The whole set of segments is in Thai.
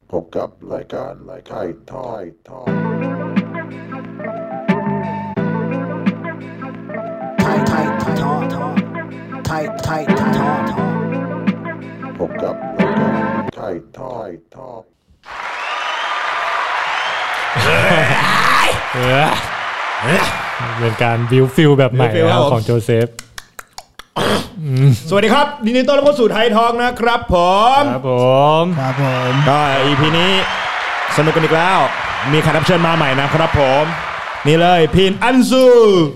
พบกับรายการไทยทอล์กพบกับรายการไทยทอล์กเป็นการบิวฟิลแบบใหม่ของโจเซฟสวัสดีครับยินดีต้อนรับเข้าสู่ไทยทอล์กนะครับผมก็ EP นี้สนุกกันอีกแล้วมีแขกรับเชิญมาใหม่นะครับผมนี่เลยพีนอันซู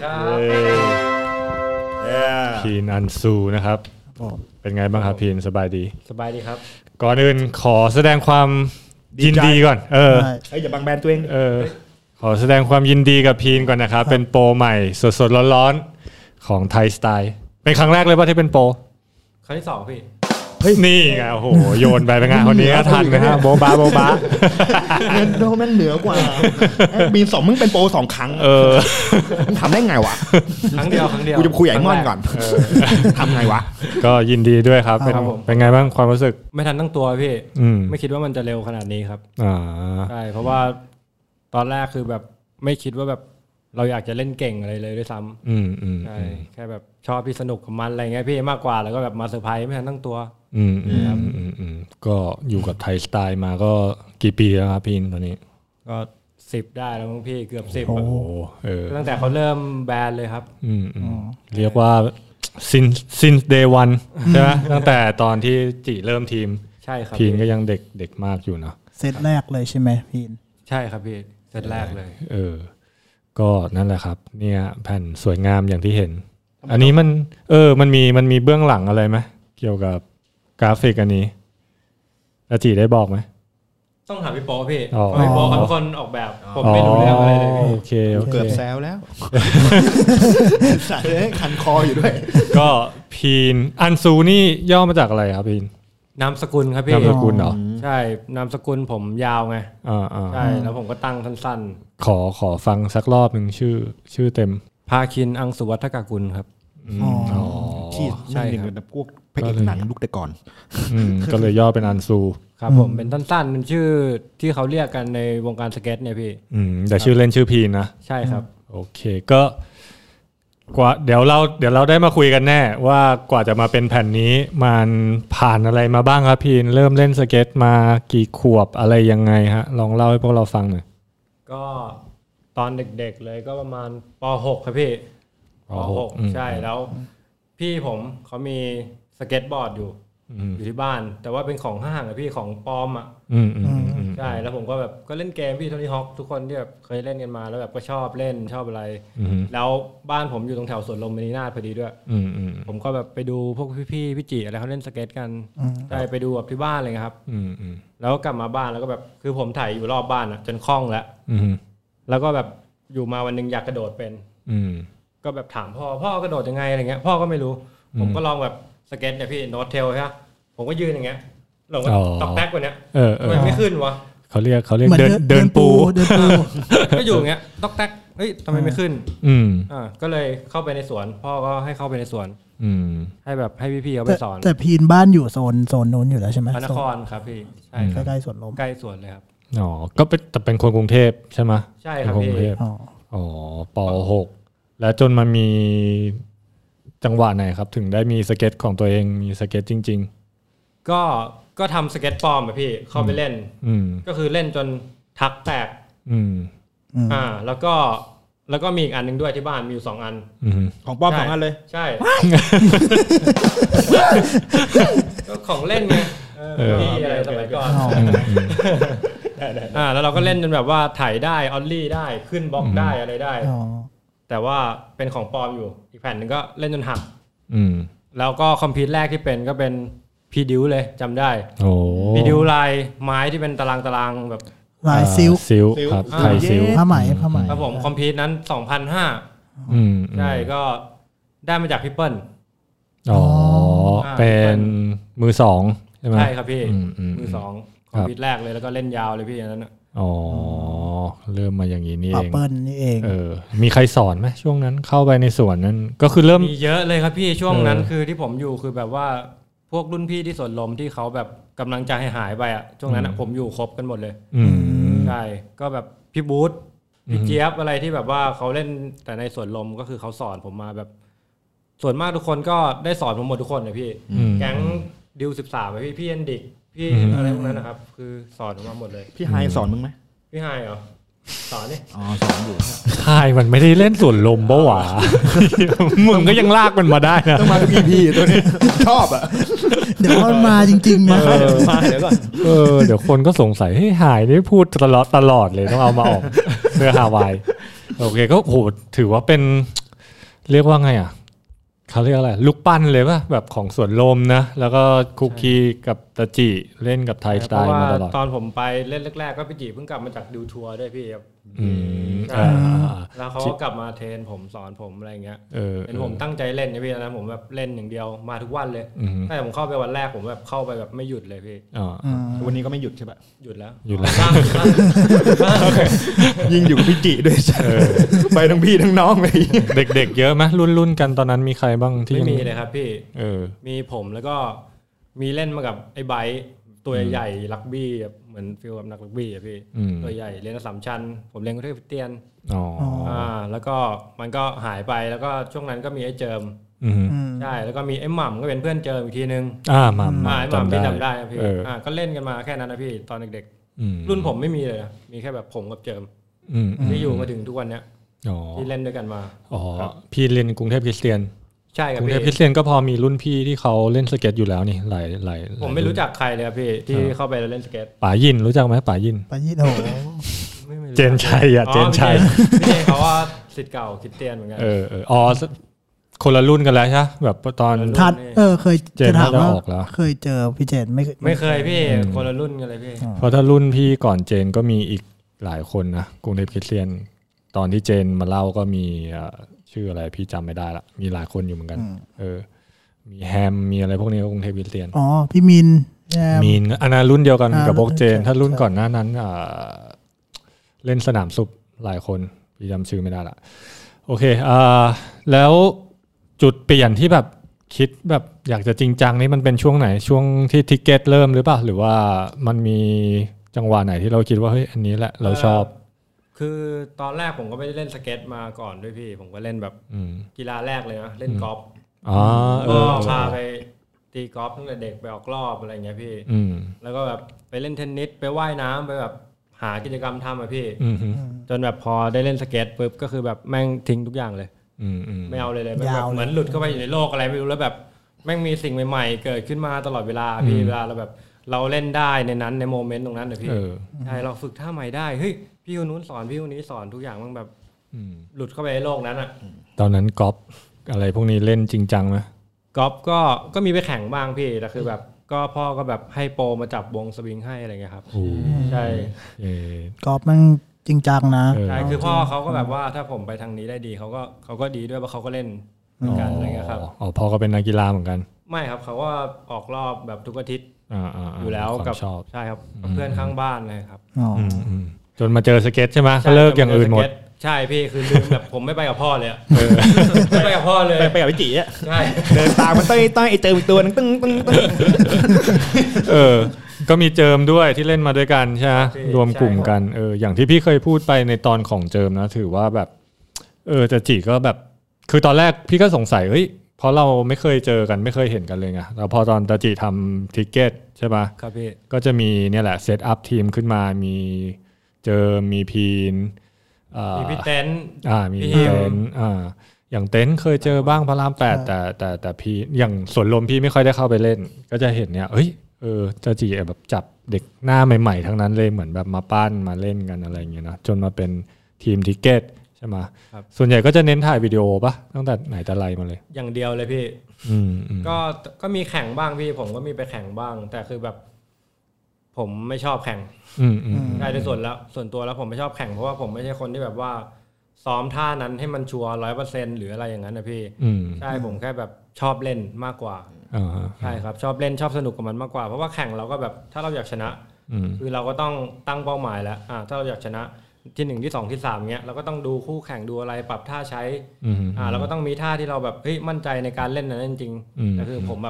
พีนอันซูนะครับเป็นไงบ้างครับพีนสบายดีครับก่อนอื่นขอแสดงความยินดีก่อนอย่าบังแบนตัวเองขอแสดงความยินดีกับพีนก่อนนะครับเป็นโปรใหม่สดๆร้อนๆของไทยสไตล์เป็นครั้งแรกเลยป่ะที่เป็นโปรครั้งที่2พี่นี่ไงโอ้โหโยนไปเป็นไงคนนี้ก็ทันนะฮะโบบาเงินโดแม่งเหนือกว่าบีน2มึงเป็นโปร2ครั้งมึงทำได้ไงวะครั้งเดียวกูจะคุยใหญ่ม่อนก่อนทำไงวะก็ยินดีด้วยครับเป็นไงบ้างความรู้สึกไม่ทันตั้งตัวพี่ไม่คิดว่ามันจะเร็วขนาดนี้ครับใช่เพราะว่าตอนแรกคือแบบไม่คิดว่าแบบเราอยากจะเล่นเก่งอะไรเลยด้วยซ้ำใช่แค่แบบชอบที่สนุกกับมันอะไรเงี้ยพี่มากกว่าแล้วก็แบบมาเซอร์ไพรส์ไม่ทันตั้งตัวก็อยู่กับไทยสไตล์มาก็กี่ปีแล้วครับพี่ตอนนี้ก็10ได้แล้วมั้งพี่เกือบ10ตั้งแต่เขาเริ่มแบนเลยครับเรียกว่าsince day one ใช่ไหมตั้งแต่ตอนที่จีเริ่มทีมใช่ครับพีนก็ยังเด็กมากอยู่เนาะเซตแรกเลยใช่ไหมพีนใช่ครับพี่เซตแรกเลยก็นั่นแหละครับเนี่ยแผ่นสวยงามอย่างที่เห็นอันนี้มันมันมีเบื้องหลังอะไรไหมเกี่ยวกับกราฟิกอันนี้อาจีได้บอกไหมต้องถามพี่โป๊พี่พี่โป๊เขาเป็นคนออกแบบผมไม่รู้เรื่องอะไรเลยโอเคเกือบแซวแล้วคันคออยู่ด้วยก็พีนอันซูนี่ย่อมาจากอะไรครับพีนนามสกุลครับพี่นามสกุลเหรอใช่นามสกุลผมยาวไงใช่แล้วผมก็ตั้งสั้นๆขอฟังสักรอบหนึ่งชื่อเต็มภาคินอังสุวัฒกกุลครับที่ใช่ครับพวกพระเอกหนังลุกแต่ก่อนก็เลยย่อเป็นอันซูครับผมเป็นสั้นๆเป็นชื่อที่เขาเรียกกันในวงการสเก็ตเนี่ยพี่แต่ชื่อเล่นชื่อพีนนะใช่ครับโอเคก็กว่าเดี๋ยวเราได้มาคุยกันแน่ว่ากว่าจะมาเป็นแผ่นนี้มันผ่านอะไรมาบ้างครับพีนเริ่มเล่นสเก็ตมากี่ขวบอะไรยังไงฮะลองเล่าให้พวกเราฟังหน่อยก็ตอนเด็กๆเลยก็ประมาณป.6 ครับพี่ป.6 ใช่แล้วพี่ผมเขามีสเก็ตบอร์ดอยู่ที่บ้านแต่ว่าเป็นของห้างอะพี่ของปลอมอ่ะใช่แล้วผมก็แบบก็เล่นเกมพี่โทนี่ฮอคทุกคนที่แบบเคยเล่นกันมาแล้วแบบก็ชอบเล่นชอบอะไรแล้วบ้านผมอยู่ตรงแถวสวนลมมินินาถพอดีด้วยผมก็แบบไปดูพวกพี่จิอะไรเขาเล่นสเก็ตกันได้ไปดูแบบที่บ้านเลยครับแล้วกลับมาบ้านแล้วก็แบบคือผมถ่ายอยู่รอบบ้านอ่ะจนคล่องแล้วก็แบบอยู่มาวันนึงอยากกระโดดเป็นก็แบบถามพ่อกระโดดยังไงอะไรเงี้ยพ่อก็ไม่รู้ผมก็ลองแบบสเก็ตเนี่ยพี่โน้ตเทลใช่ไหมผมก็ยืนอย่างเงี้ยลงก็ตอกแตกกว่านี้ทำไมไม่ขึ้นวะเขาเรียกเดินปูก็อยู่อย่างเงี้ยตอกแตกเฮ้ยทำไมไม่ขึ้นก็เลยเข้าไปในสวนพ่อก็ให้เข้าไปในสวนให้แบบให้พี่ๆเขาไปสอนแต่พีนบ้านอยู่โซนนู้นอยู่แล้วใช่ไหมพระนครครับพี่ใช่ใกล้ๆสวนลมใกล้สวนเลยครับก็เป็นคนกรุงเทพใช่ไหมใช่ครับพี่ป.6 แล้วจนมันมีจังหวะไหนครับถึงได้มีสเก็ตของตัวเองมีสเก็ตจริงๆก็ทำสเก็ตปลอมอะพี่เข้าไปเล่นก็คือเล่นจนทักแตกแล้วก็มีอีกอันนึงด้วยที่บ้านมีอยู่2อันของปลอม2อันเลยใช่ก็ของเล่นไงอะไรสมัยก่อนแล้วเราก็เล่นจนแบบว่าถ่ายได้ออลลี่ได้ขึ้นบล็อกได้อะไรได้แต่ว่าเป็นของปลอมอยู่อีกแผ่นนึงก็เล่นจนหักแล้วก็คอมพิวต์แรกที่เป็นก็เป็นพีดิวเลยจำได้พีดิวลายไม้ที่เป็นตารางแบบลายซิลครับไทยซิลผ้าไหมครับผมคอมพิวต์นั้น 2,500ใช่ก็ได้มาจากพี่เปิ้ลเป็นมือ2ใช่ไหมใช่ครับพี่มือ2คอมพิวต์แรกเลยแล้วก็เล่นยาวเลยพี่อันนั้นเริ่มมาอย่างนี้นี่เองเปิ้ลนี่เองมีใครสอนไหมช่วงนั้นเข้าไปในสวนนั้นก็คือเริ่มมีเยอะเลยครับพี่ช่วงนั้นคือที่ผมอยู่คือแบบว่าพวกรุ่นพี่ที่สวนลมที่เขาแบบกำลังจะหายไปอ่ะช่วงนั้นผมอยู่ครบกันหมดเลยใช่ก็แบบพี่บูธพี่เจี๊ยบอะไรที่แบบว่าเขาเล่นแต่ในสวนลมก็คือเขาสอนผมมาแบบส่วนมากทุกคนก็ได้สอนผมหมดทุกคนเลยพี่แก๊งดิว13พี่เอ็นดิกพี่อะไรพวกนั้นนะครับคือสอนผมมาหมดเลยพี่ไฮสอนมึงไหมพี่ไฮเหรอสอนนี่สอนอยู่ไฮมันไม่ได้เล่นสวนลมปะวะมึงก็ยังลากมันมาได้นะต้องมาทุก EP ตัวนี้ชอบอ่ะเดี๋ยวมันมาจริงๆมาเดี๋ยวก่อนเดี๋ยวคนก็สงสัยเฮ้ยหายนี่พูดตลอดเลยต้องเอามาออกเพื่อฮาวายโอเคก็โหถือว่าเป็นเรียกว่าไงอ่ะเขาเรียกอะไรลูกปั้นเลยป่ะแบบของสวนลมนะแล้วก็คุกกี้กับตาจิเล่นกับไทยสไตล์มาตลอดตอนผมไปเล่นแรกๆก็พี่จิเพิ่งกลับมาจากดูทัวร์ด้วยพี่ครับแล้วเขาก็กลับมาเทรนผมสอนผมอะไรเงี้ยเป็นผมตั้งใจเล่นนะพี่นะผมแบบเล่นอย่างเดียวมาทุกวันเลยแต่ผมเข้าไปวันแรกผมแบบเข้าไปแบบไม่หยุดเลยพี่วันนี้ก็ไม่หยุดใช่ปะหยุดแล้วยิ่งอยู่กับพี่จิด้วยไปทั้งพี่ทั้งน้องเลยเด็กๆเยอะไหมรุ่นกันตอนนั้นมีใครบ้างที่ไม่มีเลยครับพี่มีผมแล้วก็มีเล่นมากับไอ้ไบท์ตัวใหญ่รักบี้เหมือนฟีลแบบนักรักบี้อะพี่ตัวใหญ่เรียนอัสสัมชัญผมเรียนกรุงเทพคริสเตียนแล้วก็มันก็หายไปแล้วก็ช่วงนั้นก็มีไอ้เจิมใช่แล้วก็มีไอ้หม่ำก็เป็นเพื่อนเจิมอีกทีนึงหม่ำพี่จำได้พี่ก็เล่นกันมาแค่นั้นนะพี่ตอนเด็กๆรุ่นผมไม่มีเลยนะมีแค่แบบผมกับเจิมที่อยู่มาถึงทุกวันเนี้ยที่เล่นด้วยกันมาพี่เรียนกรุงเทพคริสเตียนใช่ครับกรุงเทพคริสเตียนก็พอมีรุ่นพี่ที่เขาเล่นสเก็ตอยู่แล้วนี่หลายผมไม่รู้จักใครเลยครับพี่ที่เข้าไปเล่นสเก็ตป๋ายินรู้จักไหมป๋ายินโอ้เจนชัยเจนชัยพี่เขาว่าศิษย์เก่าคริสเตียนเหมือนกันคนละรุ่นกันแล้วใช่แบบตอนทัดเคยจะถามว่าเคยเจอพี่เจนไม่เคยพี่คนละรุ่นกันเลยพี่เพราะถ้ารุ่นพี่ก่อนเจนก็มีอีกหลายคนนะกรุงเทพคริสเตียนตอนที่เจนมาเล่าก็มีชื่ออะไรพี่จำไม่ได้ละมีหลายคนอยู่เหมือนกันมีแฮมมีอะไรพวกนี้ก็กรุงเทพคริสเตียนพี่มินอันนั้นรุ่นเดียวกันกับพวกเจนถ้ารุ่นก่อนหน้านั้นเล่นสนามซุปหลายคนพี่จำชื่อไม่ได้ละโอเคแล้วจุดเปลี่ยนที่แบบคิดแบบอยากจะจริงจังนี่มันเป็นช่วงไหนช่วงที่ทิกเก็ตเริ่มหรือเปล่าหรือว่ามันมีจังหวะไหนที่เราคิดว่าเฮ้ยอันนี้แหละเราชอบคือตอนแรกผมก็ไม่ได้เล่นสเก็ตมาก่อนด้วยพี่ผมก็เล่นแบบกีฬาแรกเลยนะเล่นกอล์ฟก็พาไปตีกอล์ฟตั้งแต่เด็กไปออกรอบอะไรเงี้ยพี่แล้วก็แบบไปเล่นเทนนิสไปว่ายน้ำไปแบบหากิจกรรมทำอะพี่จนแบบพอได้เล่นสเก็ตปุ๊บก็คือแบบแม่งทิ้งทุกอย่างเลยไม่เอาเลยแบบเหมือนหลุดเข้าไปอยู่ในโลกอะไรไม่รู้แล้วแบบแม่งมีสิ่งใหม่ๆเกิดขึ้นมาตลอดเวลาพี่เวลาเราแบบเราเล่นได้ในนั้นในโมเมนต์ตรงนั้นนะพี่ใช่เราฝึกท่าใหม่ได้เฮ้ยพี่คนนู้นสอนพี่คนนี้สอนทุกอย่างมันแบบหลุดเข้าไปในโลกนั้นอ่ะตอนนั้นกอล์ฟอะไรพวกนี้เล่นจริงจังไหมกอล์ฟก็มีไปแข่งบ้างพี่แต่คือแบบก็พ่อก็แบบให้โปรมาจับวงสวิงให้อะไรเงี้ยครับใช่กอล์ฟมันจริงจังนะใช่คือพ่อเขาก็แบบว่าถ้าผมไปทางนี้ได้ดีเขาก็ดีด้วยเพราะเขาก็เล่นเหมือนกันอะไรเงี้ยครับพ่อก็เป็นนักกีฬาเหมือนกันไม่ครับเขาก็ออกรอบแบบทุกอาทิตย์อยู่แล้วกับใช่ครับเพื่อนข้างบ้านเลยครับจนมาเจอสเก็ตใช่ไหมก็เลิกอย่างอื่นหมดใช่พี่คือลืมแบบผมไม่ไปกับพ่อเลยไม่ไปกับพ่อเลยไปกับพี่จีอ่ะใช่เดินตามมันต้อยไอเจิมอีกตัวนึงตึ้งก็มีเจิมด้วยที่เล่นมาด้วยกันใช่ไหมรวมกลุ่มกันอย่างที่พี่เคยพูดไปในตอนของเจิมนะถือว่าแบบจะจีก็แบบคือตอนแรกพี่ก็สงสัยเฮ้ยเพราะเราไม่เคยเจอกันไม่เคยเห็นกันเลยไงแล้วพอตอนตาจิทำทิกเก็ตใช่ป่ะครับพี่ก็จะมีเนี่ยแหละเซตอัพทีมขึ้นมามีเจิมมีพีนมีพี่เต้นมีพี่เต้นอย่างเต้นเคยเจอบ้างพระราม8แต่พี่อย่างสวนลมพี่ไม่ค่อยได้เข้าไปเล่นก็จะเห็นเนี่ยตาจิแบบจับเด็กหน้าใหม่ๆทั้งนั้นเลยเหมือนแบบมาปั้นมาเล่นกันอะไรอย่างเงี้ยนะจนมาเป็นทีมทิกเก็ตใช่ไหมส่วนใหญ่ก็จะเน้นถ่ายวิดีโอป่ะตั้งแต่ไหนแต่ไรมาเลยอย่างเดียวเลยพี่ก็มีแข่งบ้างพี่ผมก็มีไปแข่งบ้างแต่คือแบบผมไม่ชอบแข่งได้ในส่วนตัวแล้วผมไม่ชอบแข่งเพราะว่าผมไม่ใช่คนที่แบบว่าซ้อมท่านั้นให้มันชัวร์ 100% หรืออะไรอย่างนั้นนะพี่ใช่ผมแค่แบบชอบเล่นมากกว่าใช่ครับชอบเล่นชอบสนุกกับมันมากกว่าเพราะว่าแข่งเราก็แบบถ้าเราอยากชนะคือเราก็ต้องตั้งเป้าหมายแล้วถ้าเราอยากชนะที่1ที่2ที่3เงี้ยเราก็ต้องดูคู่แข่งดูอะไรปรับท่าใช้เราก็ต้องมีท่าที่เราแบบเฮ้ยมั่นใจในการเล่นนั้นจริงๆแต่คือผมแบบ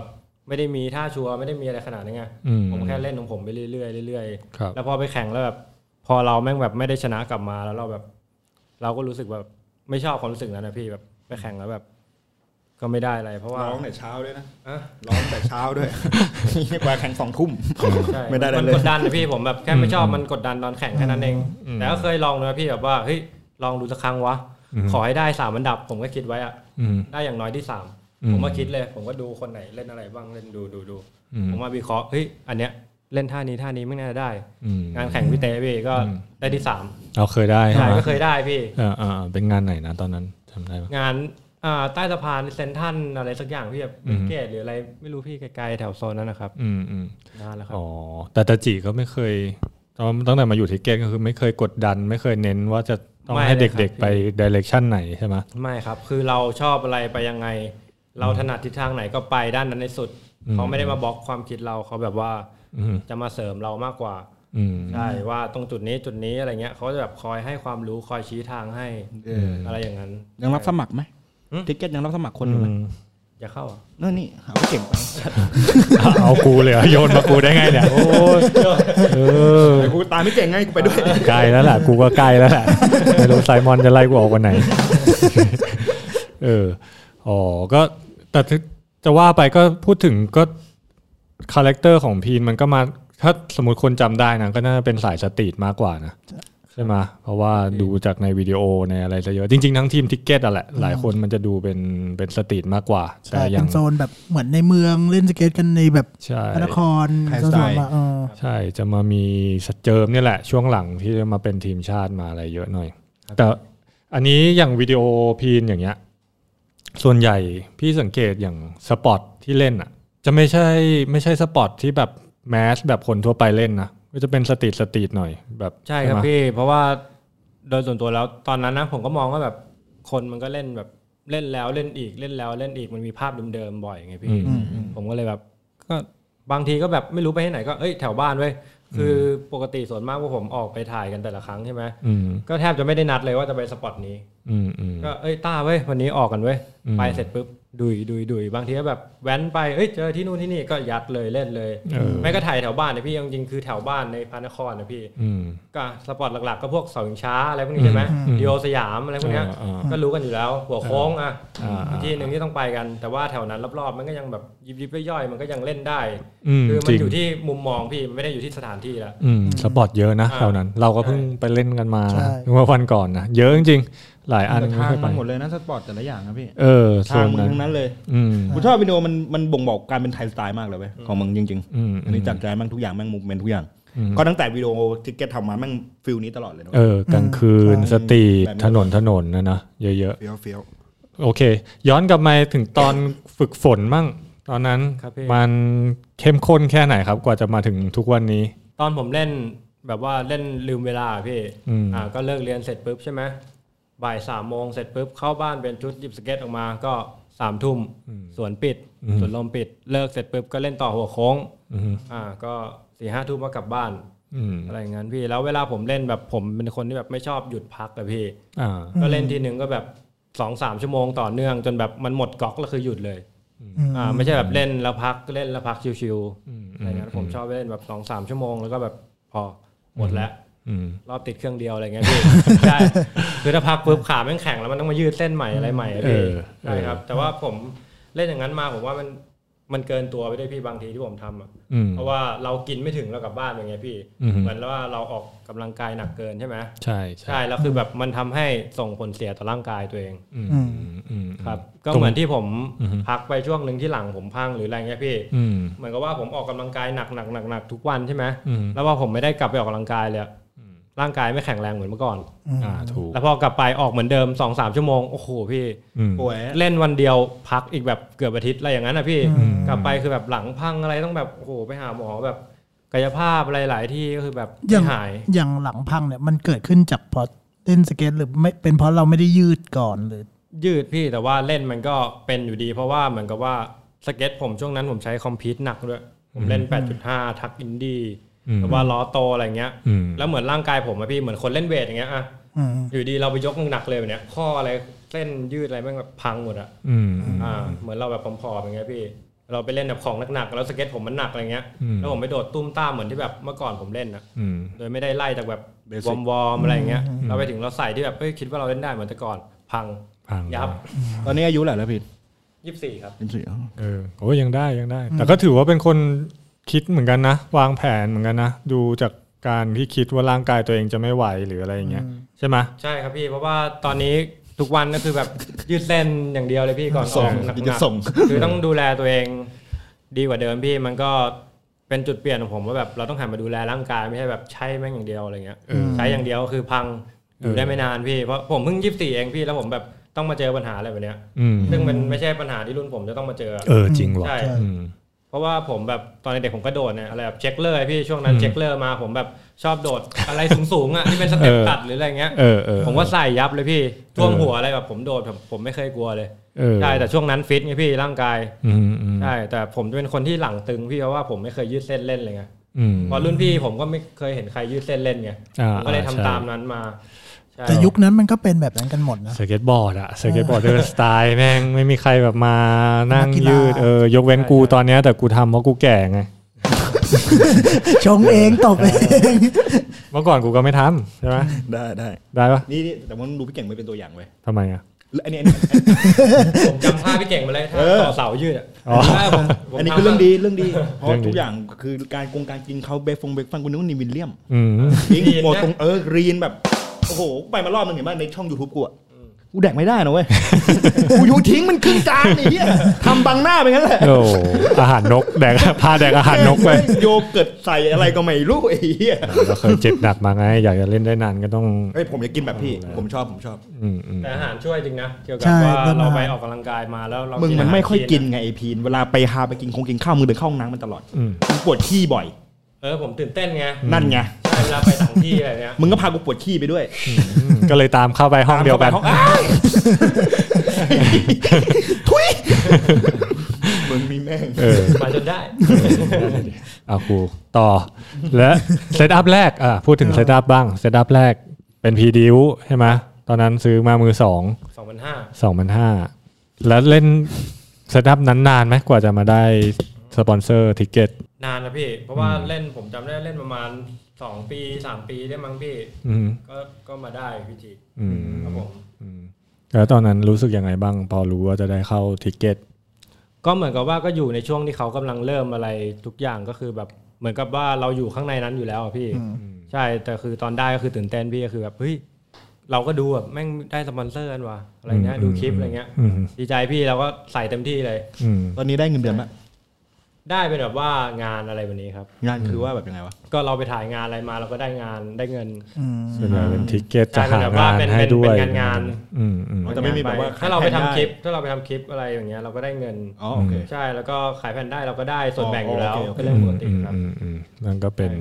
ไม่ได้มีท่าชัวร์ไม่ได้มีอะไรขนาดนี้ไงผมแค่เล่นของผมไปเรื่อยๆเรื่อยๆแล้วพอไปแข่งแล้วแบบพอเราแม่งแบบไม่ได้ชนะกลับมาแล้วเราแบบเราก็รู้สึกแบบไม่ชอบความรู้สึกนั้นนะพี่แบบไปแข่งแล้วแบบก็ไม่ได้อะไรเพราะว่าร้องแต่เช้าด้วยนะร้องแต่เช้าด้วยกว่าแข่ง2 ทุ่มไม่ได้เลยมันกดดันนะพี่ผมแบบแค่ไม่ชอบมันกดดันตอนแข่งแค่นั้นเองแต่ก็เคยลองนะพี่แบบว่าเฮ้ยลองดูสักครั้งวะขอให้ได้3 อันดับผมก็คิดไว้อะได้อย่างน้อยที่3ผมก็คิดเลยผมก็ดูคนไหนเล่นอะไรบ้างเล่นดูผมมาวิเคราะห์เฮ้ยอันเนี้ยเล่นท่านี้ไม่น่าจะได้งานแข่งพี่เต้พี่ก็ได้ที่3 เราเคยได้ใช่ก็เคยได้พี่เป็นงานไหนนะตอนนั้นจำได้ไหมงานใต้สะพานเซนทันอะไรสักอย่างพี่แบบเกตหรืออะไรไม่รู้พี่ไกลๆแถวโซนนั้นนะครับนานแล้วครับแต่ตาจิก็ไม่เคยตั้งแต่มาอยู่ที่เกตก็คือไม่เคยกดดันไม่เคยเน้นว่าจะต้องให้เด็กๆไปดิเรกชันไหนใช่ไหมไม่ครับคือเราชอบอะไรไปยังไงเราถนัดทิศทางไหนก็ไปด้านนั้นในสุดเขาไม่ได้มาบล็อกความคิดเราเขาแบบว่าจะมาเสริมเรามากกว่าใช่ว่าตรงจุดนี้อะไรเงี้ยเขาจะแบบคอยให้ความรู้คอยชี้ทางให้อะไรอย่างนั้นยังรับสมัครไหมทิกเก็ตยังรับสมัครคนอยู่ไหมอย่าเข้านี่หาเก่งเอากูเลยโยนมากูได้ไงเนี่ยโอ้กูตามไม่เก่งไงกูไปด้วยไกลแล้วแหละกูก็ไกลแล้วแหละไม่รู้ไซมอนจะไล่กูออกวันไหนก็แต่จะว่าไปก็พูดถึงก็คาแรคเตอร์ของพีนมันก็มาถ้าสมมติคนจำได้นะก็น่าจะเป็นสายสตรีทมากกว่านะใช่ไหมเพราะว่าดูจากในวิดีโอในอะไรซะเยอะจริงๆทั้งทีมทิกเก็ตอ่ะแหละหลายคนมันจะดูเป็นสตรีทมากกว่าแต่อย่างโซนแบบเหมือนในเมืองเล่นสเก็ตกันในแบบพระนครใช่จะมามีสเจิมนี่แหละช่วงหลังที่จะมาเป็นทีมชาติมาอะไรเยอะหน่อยแต่อันนี้อย่างวิดีโอพีนอย่างเงี้ยส่วนใหญ่พี่สังเกตอย่างสปอร์ตที่เล่นอ่ะจะไม่ใช่สปอร์ตที่แบบแมสแบบคนทั่วไปเล่นนะก็จะเป็นสตรีทหน่อยแบบใช่ครับพี่เพราะว่าโดยส่วนตัวแล้วตอนนั้นนะผมก็มองว่าแบบคนมันก็เล่นแบบเล่นแล้วเล่นอีกเล่นแล้วเล่นอีกมันมีภาพเดิมๆบ่อยไงพี่ผมก็เลยแบบก็บางทีก็แบบไม่รู้ไปที่ไหนก็แถวบ้านเว้ยคือปกติส่วนมากพวกผมออกไปถ่ายกันแต่ละครั้งใช่ไหมก็แทบจะไม่ได้นัดเลยว่าจะไปสปอร์ตนี้ก็ต้าเว้ยวันนี้ออกกันเว้ยไปเสร็จปุ๊บดุยบางทีก็แบบแว้นไปเจอที่นู่นที่นี่ก็ยัดเลยเล่นเลยไม่ก็ถ่ายแถวบ้านนะพี่จริงๆคือแถวบ้านในพระนครนะพี่ก็สปอร์ตหลักๆก็พวกเสาชิงช้าอะไรพวกนี้ใช่ไหมดิโอสยามอะไรพวกนี้ก็รู้กันอยู่แล้วหัวโค้งที่หนึ่งที่ต้องไปกันแต่ว่าแถวนั้นรอบๆมันก็ยังแบบยิบย่อยมันก็ยังเล่นได้คือมันอยู่ที่มุมมองพี่มันไม่ได้อยู่ที่สถานที่ละสปอร์ตเยอะนะแถวนั้นเราก็เพิ่งไปเล่นกันมาเมื่อวันก่อนนะเยอะจริงหลายอันทางมันหมดเลยนะสปอร์ตแต่ละอย่างนะพี่ทางมึงทั้งนั้นเลยผมชอบวิดีโอมันบ่งบอกการเป็นไทยสไตล์มากเลยเว้ยของมึงจริงๆอันนี้จัดใจมั่งทุกอย่างแม่งมูฟเมนต์ทุกอย่างก็ตั้งแต่วิดีโอทิกเก็ตทำมาแม่งฟิลนี้ตลอดเลยนะกลางคืนสตรีทถนนนะเยอะๆเฟี้ยวโอเคย้อนกลับมาถึงตอนฝึกฝนมั่งตอนนั้นมันเข้มข้นแค่ไหนครับกว่าจะมาถึงทุกวันนี้ตอนผมเล่นแบบว่าเล่นลืมเวลาพี่ก็เลิกเรียนเสร็จปุ๊บใช่ไหมบ่าย3 โมงเสร็จปุ๊บเข้าบ้านเป็นชุดหยิบสเก็ตออกมาก็3 ทุ่มสวนปิดสวนลมปิดเลิกเสร็จปุ๊บก็เล่นต่อหัวโค้งก็4-5 ทุ่มก็กลับบ้านอะไรอย่างนั้นพี่แล้วเวลาผมเล่นแบบผมเป็นคนที่แบบไม่ชอบหยุดพักอะพี่ก็เล่นทีนึงก็แบบ 2-3 ชั่วโมงต่อเนื่องจนแบบมันหมดก๊อกแล้วคือหยุดเลยไม่ใช่แบบเล่นแล้วพักเล่นแล้วพักชิวๆอะไรเงี้ยผมชอบเล่นแบบ 2-3 ชั่วโมงแล้วก็แบบพอหมดแล้วรอบติดเครื่องเดียวอะไรเงี้ยพี่ใช่คือถ้าพักปุ๊บขาแม่งแข็งแล้วมันต้องมายืดเส้นใหม่อะไรใหม่พี่ใช่ครับแต่ว่าผมเล่นอย่างนั้นมาผมว่ามันเกินตัวไปด้วยพี่บางทีที่ผมทำเพราะว่าเรากินไม่ถึงเรากลับบ้านอย่างเงี้ยพี่เหมือนว่าเราออกกำลังกายหนักเกินใช่ไหมใช่ใช่แล้วคือแบบมันทำให้ส่งผลเสียต่อร่างกายตัวเองครับก็เหมือนที่ผมพักไปช่วงนึงที่หลังผมพังหรืออะไรเงี้ยพี่เหมือนกับว่าผมออกกำลังกายหนักทุกวันใช่ไหมแล้วว่าผมไม่ได้กลับไปออกกำลังกายเลยร่างกายไม่แข็งแรงเหมือนเมื่อก่อนถูกแล้วพอกลับไปออกเหมือนเดิม 2-3 ชั่วโมงโอ้โหพี่เล่นวันเดียวพักอีกแบบเกือบอาทิตย์อะไรอย่างนั้นนะพี่กลับไปคือแบบหลังพังอะไรต้องแบบโอ้โหไปหาหมอแบบกายภาพอะไรหลายที่ก็คือแบบหายอย่างหลังพังเนี่ยมันเกิดขึ้นจากพอเล่นสเก็ตหรือไม่เป็นเพราะเราไม่ได้ยืดก่อนหรือยืดพี่แต่ว่าเล่นมันก็เป็นอยู่ดีเพราะว่าเหมือนกับว่าสเก็ตผมช่วงนั้นผมใช้คอมพิวต์หนักด้วยผมเล่น 8.5 ทักอินดี้แต่ว่าล้อโตอะไรเงี้ยแล้วเหมือนร่างกายผมอะพี่เหมือนคนเล่นเวทอย่างเงี้ยอยู่ดีเราไปยกหนักเลยแบบเนี้ยข้ออะไรเส้นยืดอะไรแม่งแบบพังหมดอะเหมือนเราแบบผอมๆอย่างเงี้ยพี่เราไปเล่นแบบของหนักๆแล้วสเก็ตผมมันหนักอะไรเงี้ยแล้วผมไปโดดตุ้มต้ามเหมือนที่แบบเมื่อก่อนผมเล่นนะโดยไม่ได้ไล่จากแบบวอร์มอะไรเงี้ยเราไปถึงเราใส่ที่แบบคิดว่าเราเล่นได้เหมือนแต่ก่อนพังยับตอนนี้อายุเท่าไหร่แล้วพี่ 24ครับ 24โอ้ยังได้แต่ก็ถือว่าเป็นคนคิดเหมือนกันนะวางแผนเหมือนกันนะดูจากการที่คิดว่าร่างกายตัวเองจะไม่ไหวหรืออะไรอย่างเงี้ยใช่ไหมใช่ครับพี่เพราะว่าตอนนี้ทุกวันก็คือแบบยืดเส้นอย่างเดียวเลยพี่ก่อนออกหนักคือต้องดูแลตัวเองดีกว่าเดิมพี่มันก็เป็นจุดเปลี่ยนของผมว่าแบบเราต้องหันมาดูแลร่างกายไม่ใช่แบบใช้แม่งอย่างเดียวอะไรเงี้ยใช้อย่างเดียวก็คือพังอยู่ได้ไม่นานพี่เพราะผมเพิ่ง24เองพี่แล้วผมแบบต้องมาเจอปัญหาอะไรแบบเนี้ยซึ่งมันไม่ใช่ปัญหาที่รุ่นผมจะต้องมาเจอจริงว่ะใช่เพราะว่าผมแบบตอนเด็กผมก็โดดเนี่ยอะไรแบบเช็คเลอร์พี่ช่วงนั้นเช็คเลอร์มาผมแบบชอบโดดอะไรสูงๆอ่ะที่เป็นสเต็ปตัดหรืออะไรเงี้ยผมก็ใส่ยับเลยพี่ท่วมหัวอะไรแบบผมโดดผมไม่เคยกลัวเลยใช่แต่ช่วงนั้นฟิตไงพี่ร่างกายใช่แต่ผมจะเป็นคนที่หลังตึงพี่เพราะว่าผมไม่เคยยืดเส้นเล่นเลยไงพอรุ่นพี่ผมก็ไม่เคยเห็นใครยืดเส้นเล่นไงผมก็เลยทำตามนั้นมาแต่ยุคนั้นมันก็เป็นแบบนั้นกันหมดนะสเก็ตบอร์ดเดินสไตล์แม่งไม่มีใครแบบมานั่งยืดยกเว้นกูตอนนี้แต่กูทำเพราะกูแก่ไงชงเองตกเองเมื่อก่อนกูก็ไม่ทำใช่ไหมได้ปะนี่แต่ว่าดูพี่เก่งไม่เป็นตัวอย่างเลยทำไมอ่ะอันนี้ผมจำท่าพี่เก่งมาเลยต่อเสายืดอันนี้คือเรื่องดีเพราะทุกอย่างคือการกินเขาเบฟฟังกูนึกว่านี่วิลเลียมจริงหมดตรงรีนแบบโอ้โหไปมารอบนึงเห็นป่ะในช่อง YouTube กูแดกไม่ได้นะเว้ยกูอยู่ทิ้งมันครึ่งจานไอ้เหี้ยทำบังหน้าไปงั้นแหละโอ้อาหารนกแดกพาแดกอาหารนกไปโยเกิร์ตใส่อะไรก็ไม่รู้ไอ้เหี้ยก็เคยเจ็บหนักมาไงอยากจะเล่นได้นานก็ต้องผมอยากกินแบบพี่ผมชอบแต่อาหารช่วยจริงนะเกี่ยวกับว่าเราไปออกกำลังกายมาแล้วเรามึงมันไม่ค่อยกินไงไอพีนเวลาไปกินข้าวมึงเดินเข้าห้องน้ำมันตลอดมึงปวดขี้บ่อยผมตื่นเต้นไงนั่นไงใช่เวลาไปต่างที่อะไรเงี้ยมึงก็พากูปวดขี้ไปด้วยก็เลยตามเข้าไปห้องเดียวกันทุยมึงมีแม่งมาจนได้เอากูต่อและเซตอัพแรกพูดถึงเซตอัพบ้างเซตอัพแรกเป็นพีดิวใช่ไหมตอนนั้นซื้อมามือ2,500แล้วเล่นเซตอัพนั้นนานไหมกว่าจะมาได้สปอนเซอร์ทิกเก็ตนานนะพี่เพราะว่าเล่นผมจำได้เล่นประมาณ2 ปี 3 ปีได้มั้งพี่ก็มาได้พี่จีครับผมแล้วตอนนั้นรู้สึกยังไงบ้างพอรู้ว่าจะได้เข้าทิกเก็ตก็เหมือนกับว่าก็อยู่ในช่วงที่เขากำลังเริ่มอะไรทุกอย่างก็คือแบบเหมือนกับว่าเราอยู่ข้างในนั้นอยู่แล้วพี่ใช่แต่คือตอนได้ก็คือตื่นเต้นพี่ก็คือแบบเฮ้ยเราก็ดูแบบแม่งได้สปอนเซอร์กันว่ะอะไรเงี้ยดูคลิปอะไรเงี้ยดีใจพี่เราก็ใส่เต็มที่เลยตอนนี้ได้เงินเดือนละได้เป็นแบบว่างานอะไรแบบนี้ครับงานคือว่าแบบยังไงวะก็เราไปถ่ายงานอะไรมาเราก็ได้งานได้เงินเป็นทิกเก็ตจะหางานให้ด้วยเป็นงานจะไม่มีแบบว่าถ้าเราไปทำคลิปอะไรอย่างเงี้ยเราก็ได้เงินใช่แล้วก็ขายแผ่นได้เราก็ได้ส่วนแบ่งอยู่แล้วก็เรื่องปกติครับนั่นก็เป็น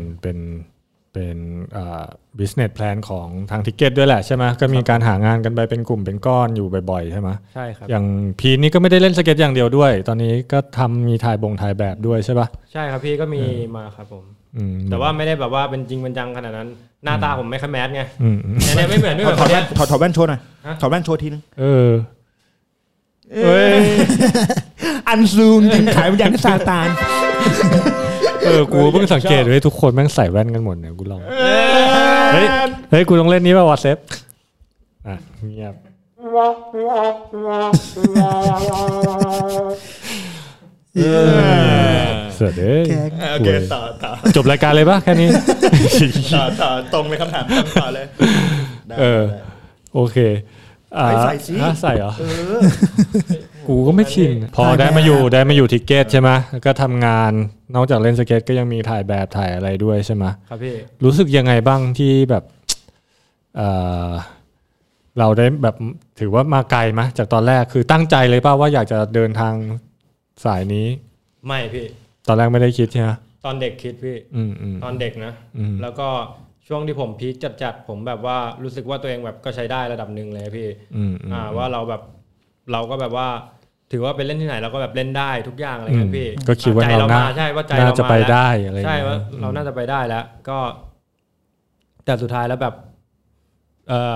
business plan ของทางทิกเก็ตด้วยแหละใช่ไหมก็มีการหางานกันไปเป็นกลุ่มเป็นก้อนอยู่บ่อยๆใช่ไหมใช่ครับอย่างพีนี่ก็ไม่ได้เล่นสเก็ตอย่างเดียวด้วยตอนนี้ก็มีถ่ายแบบด้วยใช่ปะใช่ครับพี่ก็มีมาครับผมแต่ว่าไม่ได้แบบว่าเป็นจริงเป็นจังขนาดนั้นหน้าตาผมไม่ค่อยแมสไงเนี่ยไม่เหมือนถอดแว่นโชว์หน่อยถอดแว่นโชว์ทีนึงอันซูมจริงขายมันอย่างซาตานกูเพิ่งสังเกตเลยทุกคนแม่งใส่แว่นกันหมดเนี่ยกูลองเฮ้ยกูต้องเล่นนี้ป่ะวอทเซฟเงียบเสือเด้โอเคต่อจบรายการเลยป่ะแค่นี้ต่อตรงเลยคำถามต่อเลยโอเคใส่สิใส่เหรอกูก็ไม่ชินพอได้มาอยู่ทิกเก็ตใช่ไหมก็ทำงานนอกจากเล่นสเก็ตก็ยังมีถ่ายแบบถ่ายอะไรด้วยใช่ไหมครับพี่รู้สึกยังไงบ้างที่แบบเราได้แบบถือว่ามาไกลไหมจากตอนแรกคือตั้งใจเลยป่ะว่าอยากจะเดินทางสายนี้ไม่พี่ตอนแรกไม่ได้คิดใช่ไหมตอนเด็กคิดพี่ตอนเด็กนะแล้วก็ช่วงที่ผมพีคจัดผมแบบว่ารู้สึกว่าตัวเองแบบก็ใช้ได้ระดับนึงเลยพี่ว่าเราแบบเราก็แบบว่าถือว่าไปเล่นที่ไหนเราก็แบบเล่นได้ทุกอย่างอะไรเงี้ยพี่ก็คิดว่าเราใช่ว่าใจเราจะไปได้อะไรใช่ว่าเราน่าจะไปได้แล้วก็แต่สุดท้ายแล้วแบบ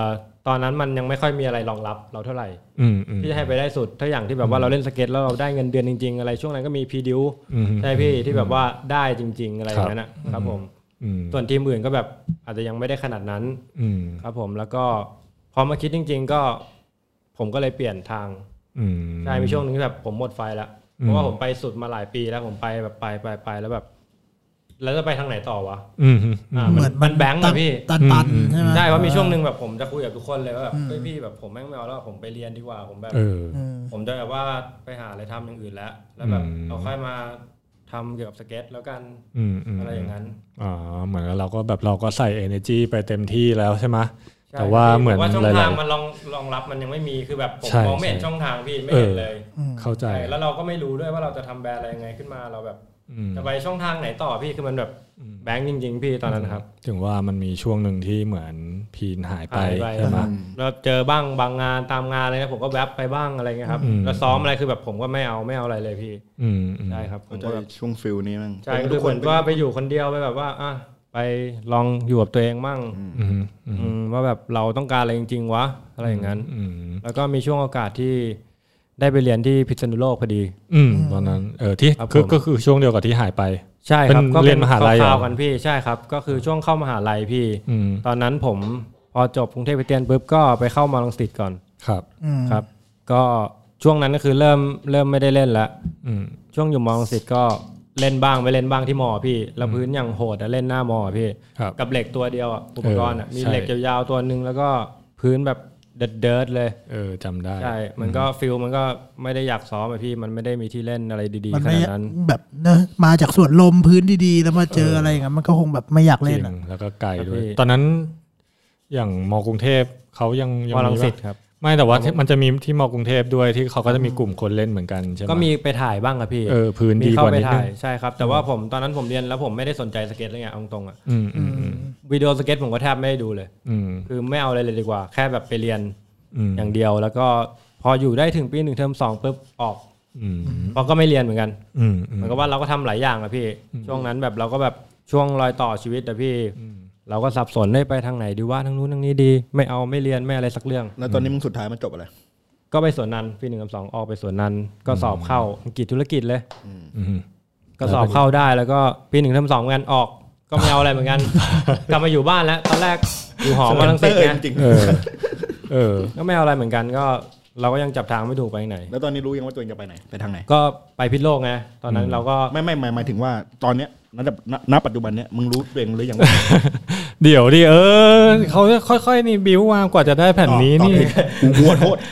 ตอนนั้นมันยังไม่ค่อยมีอะไรรองรับเราเท่าไหร่ที่จะให้ไปได้สุดถ้าอย่างที่แบบว่าเราเล่นสเก็ตแล้วเราได้เงินเดือนจริงๆอะไรช่วงนั้นก็มีพีดิวใช่พี่ที่แบบว่าได้จริงๆอะไรอย่างนั้นนะครับผมส่วนทีมอื่นก็แบบอาจจะยังไม่ได้ขนาดนั้นครับผมแล้วก็พอมาคิดจริงๆก็ผมก็เลยเปลี่ยนทางใช่มีช่วงนึงที่แบบผมหมดไฟแล้วเพราะว่าผมไปสุดมาหลายปีแล้วผมไปแบบไปแล้วแบบแล้วจะไปทางไหนต่อวะเหมือนมันแบงค์อะพี่ตันใช่ไหมใช่เพราะมีช่วงนึงแบบผมจะคุยกับทุกคนเลยว่าแบบเฮ้ยพี่แบบผมแม่งไม่เอาแล้วผมไปเรียนดีกว่าผมแบบผมจะแบบว่าไปหาอะไรทำอย่างอื่นแล้วแบบเราค่อยมาทำเกี่ยวกับสเก็ตแล้วกันอะไรอย่างนั้นเหมือนเราก็แบบเราก็ใส่ energy ไปเต็มที่แล้วใช่ไหมแต่ว่าเหมือนว่าช่องทางมันรองรับมันยังไม่มีคือแบบผมมองไม่เห็นช่องทางพี่ไม่เห็นเลยเข้าใจแล้วเราก็ไม่รู้ด้วยว่าเราจะทำแบรนด์อะไรยังไงขึ้นมาเราแบบจะไปช่องทางไหนต่อพี่คือมันแบบแบงค์จริงๆพี่ตอนนั้นครับถึงว่ามันมีช่วงหนึ่งที่เหมือนพีนหายไปใช่ไหมแล้วเจอบ้างบางงานตามงานอะไรนะผมก็แวบไปบ้างอะไรเงี้ยครับแล้วซ้อมอะไรคือแบบผมก็ไม่เอาอะไรเลยพี่ใช่ครับผมก็แบบช่วงฟิลนี้มั้งใช่คือเหมือนว่าไปอยู่คนเดียวไปแบบว่าไปลองอยู่กับตัวเองมั่งว่าแบบเราต้องการอะไรจริงๆวะอะไรอย่างนั้นแล้วก็มีช่วงโอกาสที่ได้ไปเรียนที่พิษณุโลกพอดีตอนนั้นที่ก็คือช่วงเดียวกับที่หายไปใช่ครับก็เรียนมหาลัยกันพี่ใช่ครับก็คือช่วงเข้ามหาลัยพี่ตอนนั้นผมพอจบกรุงเทพคริสเตียนปุ๊บก็ไปเข้ามาลังสิตก่อนครับก็ช่วงนั้นก็คือเริ่มไม่ได้เล่นแล้วช่วงอยู่มอลังสิตก็เล่นบ้างไม่เล่นบ้างที่มอพี่แล้วพื้นอย่างโหดเล่นหน้ามอพี่กับเหล็กตัวเดียวอุปกรณ์มีเหล็กยาวๆตัวนึงแล้วก็พื้นแบบเดิร์ดเลยจำได้ใช่มันก็ฟิลมันก็ไม่ได้อยากซ้อมพี่มันไม่ได้มีที่เล่นอะไรดีๆขนาดนั้นแบบนะมาจากสวนลมพื้นดีๆแล้วมาเจออะไรอย่างเงี้ยมันก็คงแบบไม่อยากเล่นแล้วก็ไกลด้วยตอนนั้นอย่างมอกรุงเทพเขายังมอลังสิตครับไม่แต่ว่ามันจะมีที่มอกรุงเทพด้วยที่เขาก็จะมีกลุ่มคนเล่นเหมือนกันใช่ไหมก็มีไปถ่ายบ้างครับพี่พื้นดีกว่านิดนึงใช่ครับแต่ว่าผมตอนนั้นผมเรียนแล้วผมไม่ได้สนใจสเก็ตอะไรเงี้ยตรงๆวิดีโอสเก็ตผมก็แทบไม่ได้ดูเลยคือไม่เอาอะไรเลยดีกว่าแค่แบบไปเรียนอย่างเดียวแล้วก็พออยู่ได้ถึงปี1เทอม2ปุ๊บออกเพราะก็ไม่เรียนเหมือนกันเหมือนกับว่าเราก็ทำหลายอย่างอะพี่ช่วงนั้นแบบเราก็แบบช่วงรอยต่อชีวิตอะพี่เราก็สับสนได้ไปทางไหนดีว่าทางนู้นทางนี้ดีไม่เอาไม่เรียนไม่อะไรสักเรื่องแล้วตอนนี้มึงสุดท้ายมันจบอะไรก็ไปสวนนันปี1กับ2ออกไปสวนนันก็สอบเข้าอังกฤษธุรกิจเลยก็สอบเข้าได้แล้วก็ปี1เทอม2เหมือนกันออกก็ไม่เอาอะไรเหมือนกันกลับมาอยู่บ้านแล้วตอนแรกอยู่หอมาลังสิตไงก็ไม่เอาอะไรเหมือนกันก็เราก็ยังจับทางไม่ถูกไปไหนแล้วตอนนี้รู้ยังว่าตัวเองจะไปไหนไปทางไหนก็ไปพิษโลกไงตอนนั้นเราก็ไม่หมายถึงว่าตอนเนี้ยณปัจจุบันเนี้ยมึงรู้ตัวเองหรือยังเดี๋ยวดิเขาค่อยๆนี่บิ้วมากว่าจะได้แผ่นนี้นี่หัวโทษ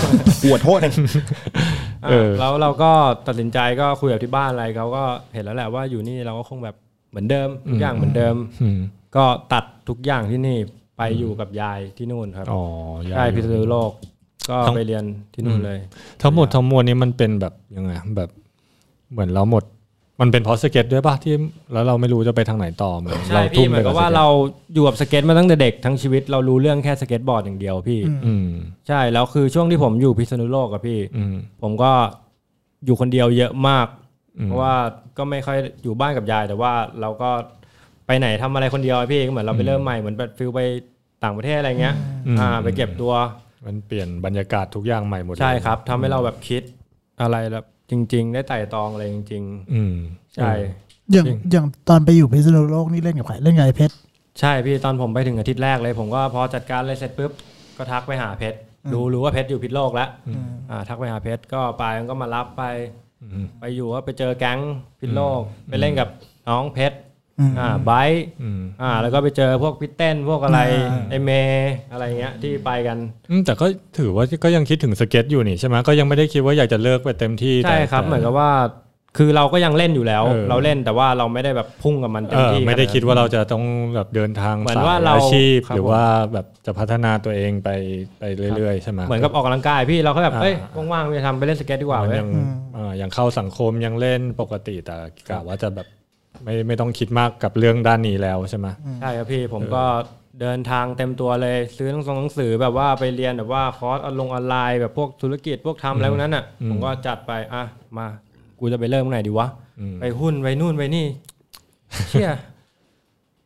แล้วเราก็ตัดสินใจก็คุยกับที่บ้านอะไรเขาก็เห็นแล้วแหละว่าอยู่นี่เราก็คงแบบเหมือนเดิมทุกอย่างเหมือนเดิมก็ตัดทุกอย่างที่นี่ไปอยู่กับยายที่นู่นครับใช่พิษณุโลกก็ไปเรียนที่นู่นเลยทั้งหมดทั้งมวลนี้มันเป็นแบบยังไงแบบเหมือนเราหมดมันเป็นเพราะสเก็ตด้วยป่ะที่แล้วเราไม่รู้จะไปทางไหนต่อใช่พี่เหมือนกับว่าเราอยู่กับสเก็ตมาตั้งแต่เด็กทั้งชีวิตเรารู้เรื่องแค่สเก็ตบอร์ดอย่างเดียวพี่ใช่แล้วคือช่วงที่ผมอยู่พิษณุโลกอะพี่ผมก็อยู่คนเดียวเยอะมากเพราะว่าก็ไม่ค่อยอยู่บ้านกับยายแต่ว่าเราก็ไปไหนทำอะไรคนเดียวพี่ก็เหมือนเราไปเริ่มใหม่เหมือนแบบฟิลไปต่างประเทศอะไรเงี้ยไปเก็บตัวมันเปลี่ยนบรรยากาศทุกอย่างใหม่หมดใช่ครับทำให้เราแบบคิดอะไรแบบจริงๆได้ไต่ตองอะไรจริงๆใช่อย่างตอนไปอยู่พิษณุโลกนี่เล่นกับใครเล่นกับไอ้เพชรใช่พี่ตอนผมไปถึงอาทิตย์แรกเลยผมก็พอจัดการเลยเสร็จปุ๊บก็ทักไปหาเพชรรู้ว่าเพชรอยู่พิษโลกแล้วทักไปหาเพชรก็ไปมันก็มารับไปอยู่ว่าไปเจอแก๊งพิษโลกไปเล่นกับน้องเพชรไบค์แล้วก็ไปเจอพวกพิตเต้นพวกอะไรไอเมอะไรเงี้ยที่ไปกันแต่ก็ถือว่าก็ยังคิดถึงสเก็ตอยู่นี่ใช่ไหมก็ยังไม่ได้คิดว่าอยากจะเลิกไปเต็มที่ใช่ครับเหมือนกับว่าคือเราก็ยังเล่นอยู่แล้วเราเล่นแต่ว่าเราไม่ได้แบบพุ่งกับมันเต็มที่ไม่ได้คิดว่าเราจะต้องแบบเดินทางสายอาชีพหรือว่าแบบจะพัฒนาตัวเองไปเรื่อยๆใช่ไหมเหมือนกับออกกำลังกายพี่เราก็แบบเฮ้ยว่างๆไปทำไปเล่นสเก็ตดีกว่ายังเข้าสังคมยังเล่นปกติแต่กะว่าจะแบบไม่ต้องคิดมากกับเรื่องด้านนี้แล้วใช่ไหมใช่ครับพี่ผมก็เดินทางเต็มตัวเลยซื้อหนังสือแบบว่าไปเรียนแบบว่าคอร์สออนไลน์แบบพวกธุรกิจพวกทำอะไรพวกนั้นอ่ะผมก็จัดไปมากูจะไปเริ่มไหนดีวะไปหุ้นไปนู่นไปนี่เชี่ย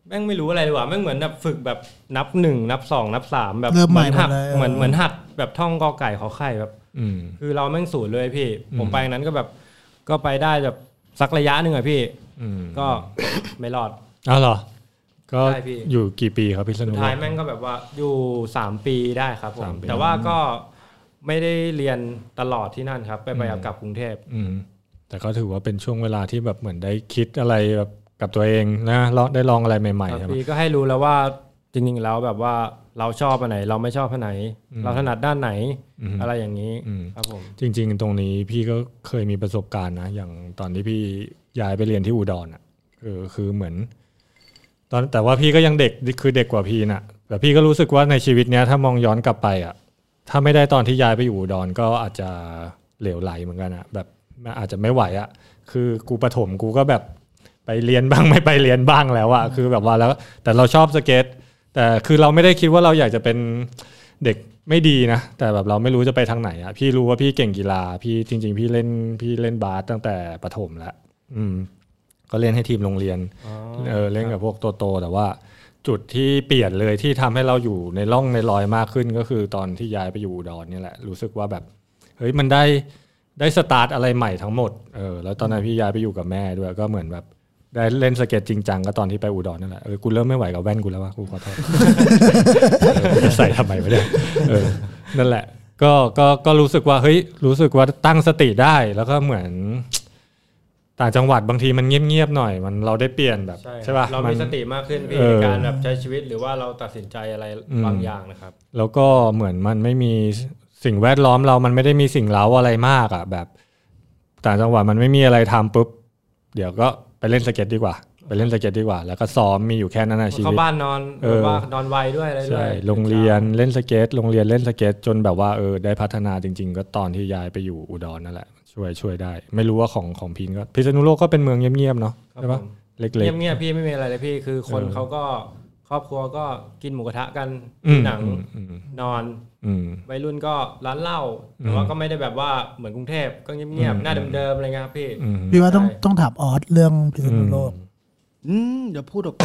แม่งไม่รู้อะไรเลยว่ะแม่งเหมือนแบบฝึกแบบนับ1นับ2นับ3แบบเริ่มใหม่เหมือนหัดแบบท่องกอไก่ขอไข่แบบคือเราแม่งศูนย์เลยพี่ผมไปนั้นก็แบบก็ไปได้แบบสักระยะนึงอะพี่ก็ไม่รอดอ้าวเหรอก็อยู่กี่ปีครับพี่สนุกสุดท้ายแม่งก็แบบว่าอยู่3ปีได้ครับผมแต่ว่าก็ไม่ได้เรียนตลอดที่นั่นครับไปกลับกรุงเทพแต่ก็ถือว่าเป็นช่วงเวลาที่แบบเหมือนได้คิดอะไรแบบกับตัวเองนะได้ลองอะไรใหม่ๆครับพี่ก็ให้รู้แล้วว่าจริงๆแล้วแบบว่าเราชอบอันไหนเราไม่ชอบอันไหนเราถนัดด้านไหนอะไรอย่างนี้ครับผมจริงๆตรงนี้พี่ก็เคยมีประสบการณ์นะอย่างตอนที่พี่ย้ายไปเรียนที่อุดรอ่ะคือเหมือนแต่ว่าพี่ก็ยังเด็กคือเด็กกว่าพี่น่ะแต่พี่ก็รู้สึกว่าในชีวิตเนี้ยถ้ามองย้อนกลับไปอ่ะถ้าไม่ได้ตอนที่ย้ายไปอยู่อุดรก็อาจจะเหลวไหลเหมือนกันอ่ะแบบอาจจะไม่ไหวอ่ะคือกูประถมกูก็แบบไปเรียนบ้างไม่ไปเรียนบ้างแล้วอ่ะคือแบบว่าแล้วแต่เราชอบสเก็ตแต่คือเราไม่ได้คิดว่าเราอยากจะเป็นเด็กไม่ดีนะแต่แบบเราไม่รู้จะไปทางไหนอ่ะพี่รู้ว่าพี่เก่งกีฬาพี่จริงๆพี่เล่นบาสตั้งแต่ประถมแล้วก็เล่นให้ทีมโรงเรียนเล่นกับพวกโตๆแต่ว่าจุดที่เปลี่ยนเลยที่ทำให้เราอยู่ในร่องในรอยมากขึ้นก็คือตอนที่ย้ายไปอยู่อุดรนี่แหละรู้สึกว่าแบบเฮ้ยมันได้สตาร์ทอะไรใหม่ทั้งหมดแล้วตอนนั้นพี่ย้ายไปอยู่กับแม่ด้วยก็เหมือนแบบได้เล่นสเก็ตจริงจังก็ตอนที่ไปอุดรนั่นแหละกูเริ่มไม่ไหวกับแว่นกูแล้วว่ะกูขอโทษจะใส่ทำไมวะเนี่ยนั่นแหละก็รู้สึกว่าเฮ้ยรู้สึกว่าตั้งสติได้แล้วก็เหมือนต่างจังหวัดบางทีมันเงียบๆหน่อยมันเราได้เปลี่ยนแบบใช่ป่ะเรามีสติมากขึ้นพี่ในการแบบใช้ชีวิตหรือว่าเราตัดสินใจอะไรบางอย่างนะครับแล้วก็เหมือนมันไม่มีสิ่งแวดล้อมเรามันไม่ได้มีสิ่งเร้าอะไรมากอ่ะแบบต่างจังหวัดมันไม่มีอะไรทำปุ๊บเดี๋ยวก็ไปเล่นสเก็ตดีกว่าแล้วก็ซ้อมมีอยู่แค่นั้นนะชีวิตเข้าบ้านนอนว่านอนไวด้วยอะไรด้วยโรงเรียนเล่นสเก็ตโรงเรียนเล่นสเก็ตจนแบบว่าได้พัฒนาจริงๆก็ตอนที่ย้ายไปอยู่อุดรนั่นแหละช่วยได้ไม่รู้ว่าของพินก็พิษณุโลกก็เป็นเมืองเงียบๆเนาะใช่ปะเล็กๆเงียบๆพี่ไม่มีอะไรเลยพี่คือคนเขาก็ครอบครัวก็กินหมูกระทะกันหนังนอนวัยรุ่นก็ร้านเหล้าแต่ว่าก็ไม่ได้แบบว่าเหมือนกรุงเทพก็เงียบๆหน้าเดิมๆอะไรเงี้ยครับพี่ว่าต้องถามออสเรื่องพิษณุโลกอย่าพูดออกไป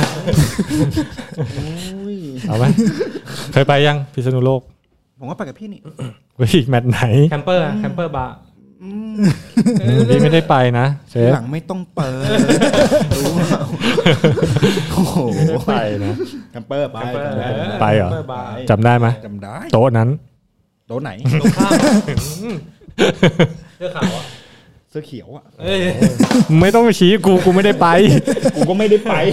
เอาไหมเคยไปยังพิษณุโลกผมว่าไปกับพี่นี่อีกแมตช์ไหนแคมเปอร์บาร์พี่ไม่ได้ไปนะเชฟหลังไม่ต้องเปิดรู้โอ้โหไปนะแคมเปอร์ไปเหรอจำได้ไหมจำได้โต๊ะนั้นโต๊ะไหนโต๊ะข้ามเสื้อขาวเสื้อเขียวอ่ะไม่ต้องชี้กูไม่ได้ไปกูก็ไม่ได้ไป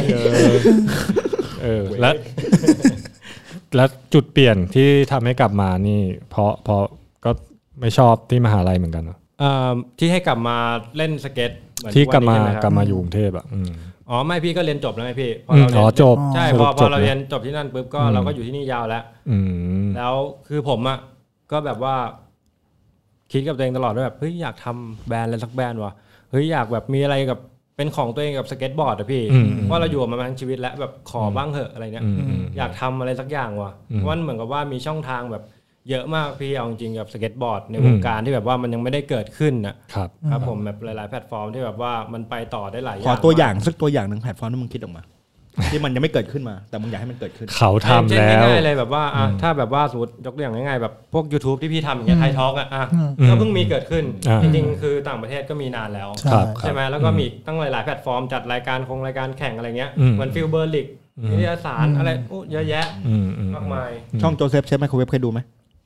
แล้วจุดเปลี่ยนที่ทำให้กลับมานี่เพราะก็ไม่ชอบที่มหาลัยเหมือนกันเนาะที่ให้กลับมาเล่นสเก็ตที่กลับมาอยู่กรุงเทพอ่ะไม่พี่ก็เรียนจบแล้วไงพี่พอเราเรียนจบใช่พอเราเรียนจบที่นั่นปุ๊บก็เราก็อยู่ที่นี่ยาวแล้วแล้วคือผมอ่ะก็แบบว่าคิดกับตัวเองตลอดว่าแบบเฮ้ยอยากทำแบรนด์อะไรสักแบรนด์วะเฮ้ยอยากแบบมีอะไรกับเป็นของตัวเองกับสเก็ตบอร์ดอะพี่ว่าเราอยู่มาทั้งชีวิตแล้วแบบขอบ้างเหอะอะไรเนี้ยอยากทำอะไรสักอย่างวะเพราะมันเหมือนกับว่ามีช่องทางแบบเยอะมากพี่เอาจริงกับสเก็ตบอร์ดในวงการที่แบบว่ามันยังไม่ได้เกิดขึ้นนะครับผมแบบหลายๆแพลตฟอร์มที่แบบว่ามันไปต่อได้หลายอย่างขอตัวอย่างสักตัวอย่างนึงแพลตฟอร์มที่มึงคิดออกมาที่มันยังไม่เกิดขึ้นมาแต่มึงอยากให้มันเกิดขึ้นเขาทำแล้วง่ายๆเลยแบบว่าถ้าแบบว่าสมมติยกตัวอย่างง่ายๆแบบพวก YouTube ที่พี่ทำอย่างเงี้ยไทยทอล์กก็เพิ่งมีเกิดขึ้นจริงๆคือต่างประเทศก็มีนานแล้วใช่ไหมแล้วก็มีตั้งหลายๆแพลตฟอร์มจัดรายการแข่งอะไรเงี้ยเหมือนฟิลเบอร์ลิกนิตยสารอะไรเยอะแยะมากมายช่องโจเซฟเชฟไมโครเวฟเคยดูไหม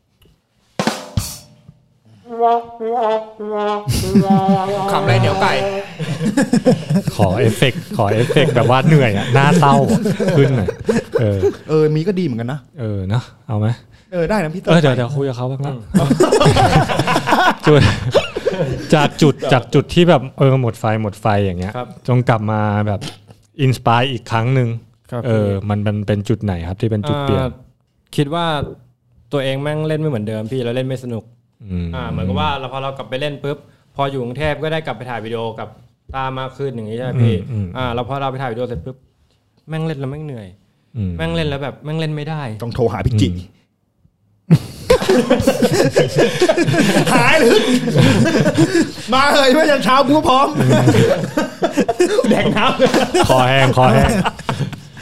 ขำอะไรเดี๋ยวไก่ขอเอฟเฟกต์แบบว่าเหนื่อยอ่ะหน้าเศร้าขึ้นหน่อยมีก็ดีเหมือนกันนะเนาะเอาไหมได้นะพี่เดี๋ยวคุยกับเขาบ้างนะจากจุดที่แบบหมดไฟอย่างเงี้ยจงกลับมาแบบอินสไปร์อีกครั้งนึงมันเป็นจุดไหนครับที่เป็นจุดเปลี่ยนคิดว่าตัวเองแม่งเล่นไม่เหมือนเดิมพี่เราเล่นไม่สนุกเหมือนกับว่าพอเรากลับไปเล่นปุ๊บพออยู่กรุงเทพก็ได้กลับไปถ่ายวิดีโอกับตามมาคืนอย่างนี้ใช่ไหมพี่แล้วพอเราไปถ่ายวิดีโอเสร็จปุ๊บแม่งเล่นแล้วแม่งเหนื่อยแม่งเล่นแล้วแบบแม่งเล่นไม่ได้ต้องโทรหาพี่จิหายหรือมาเลยเมื่อเช้ากูพร้อมแดกน้ำคอแห้ง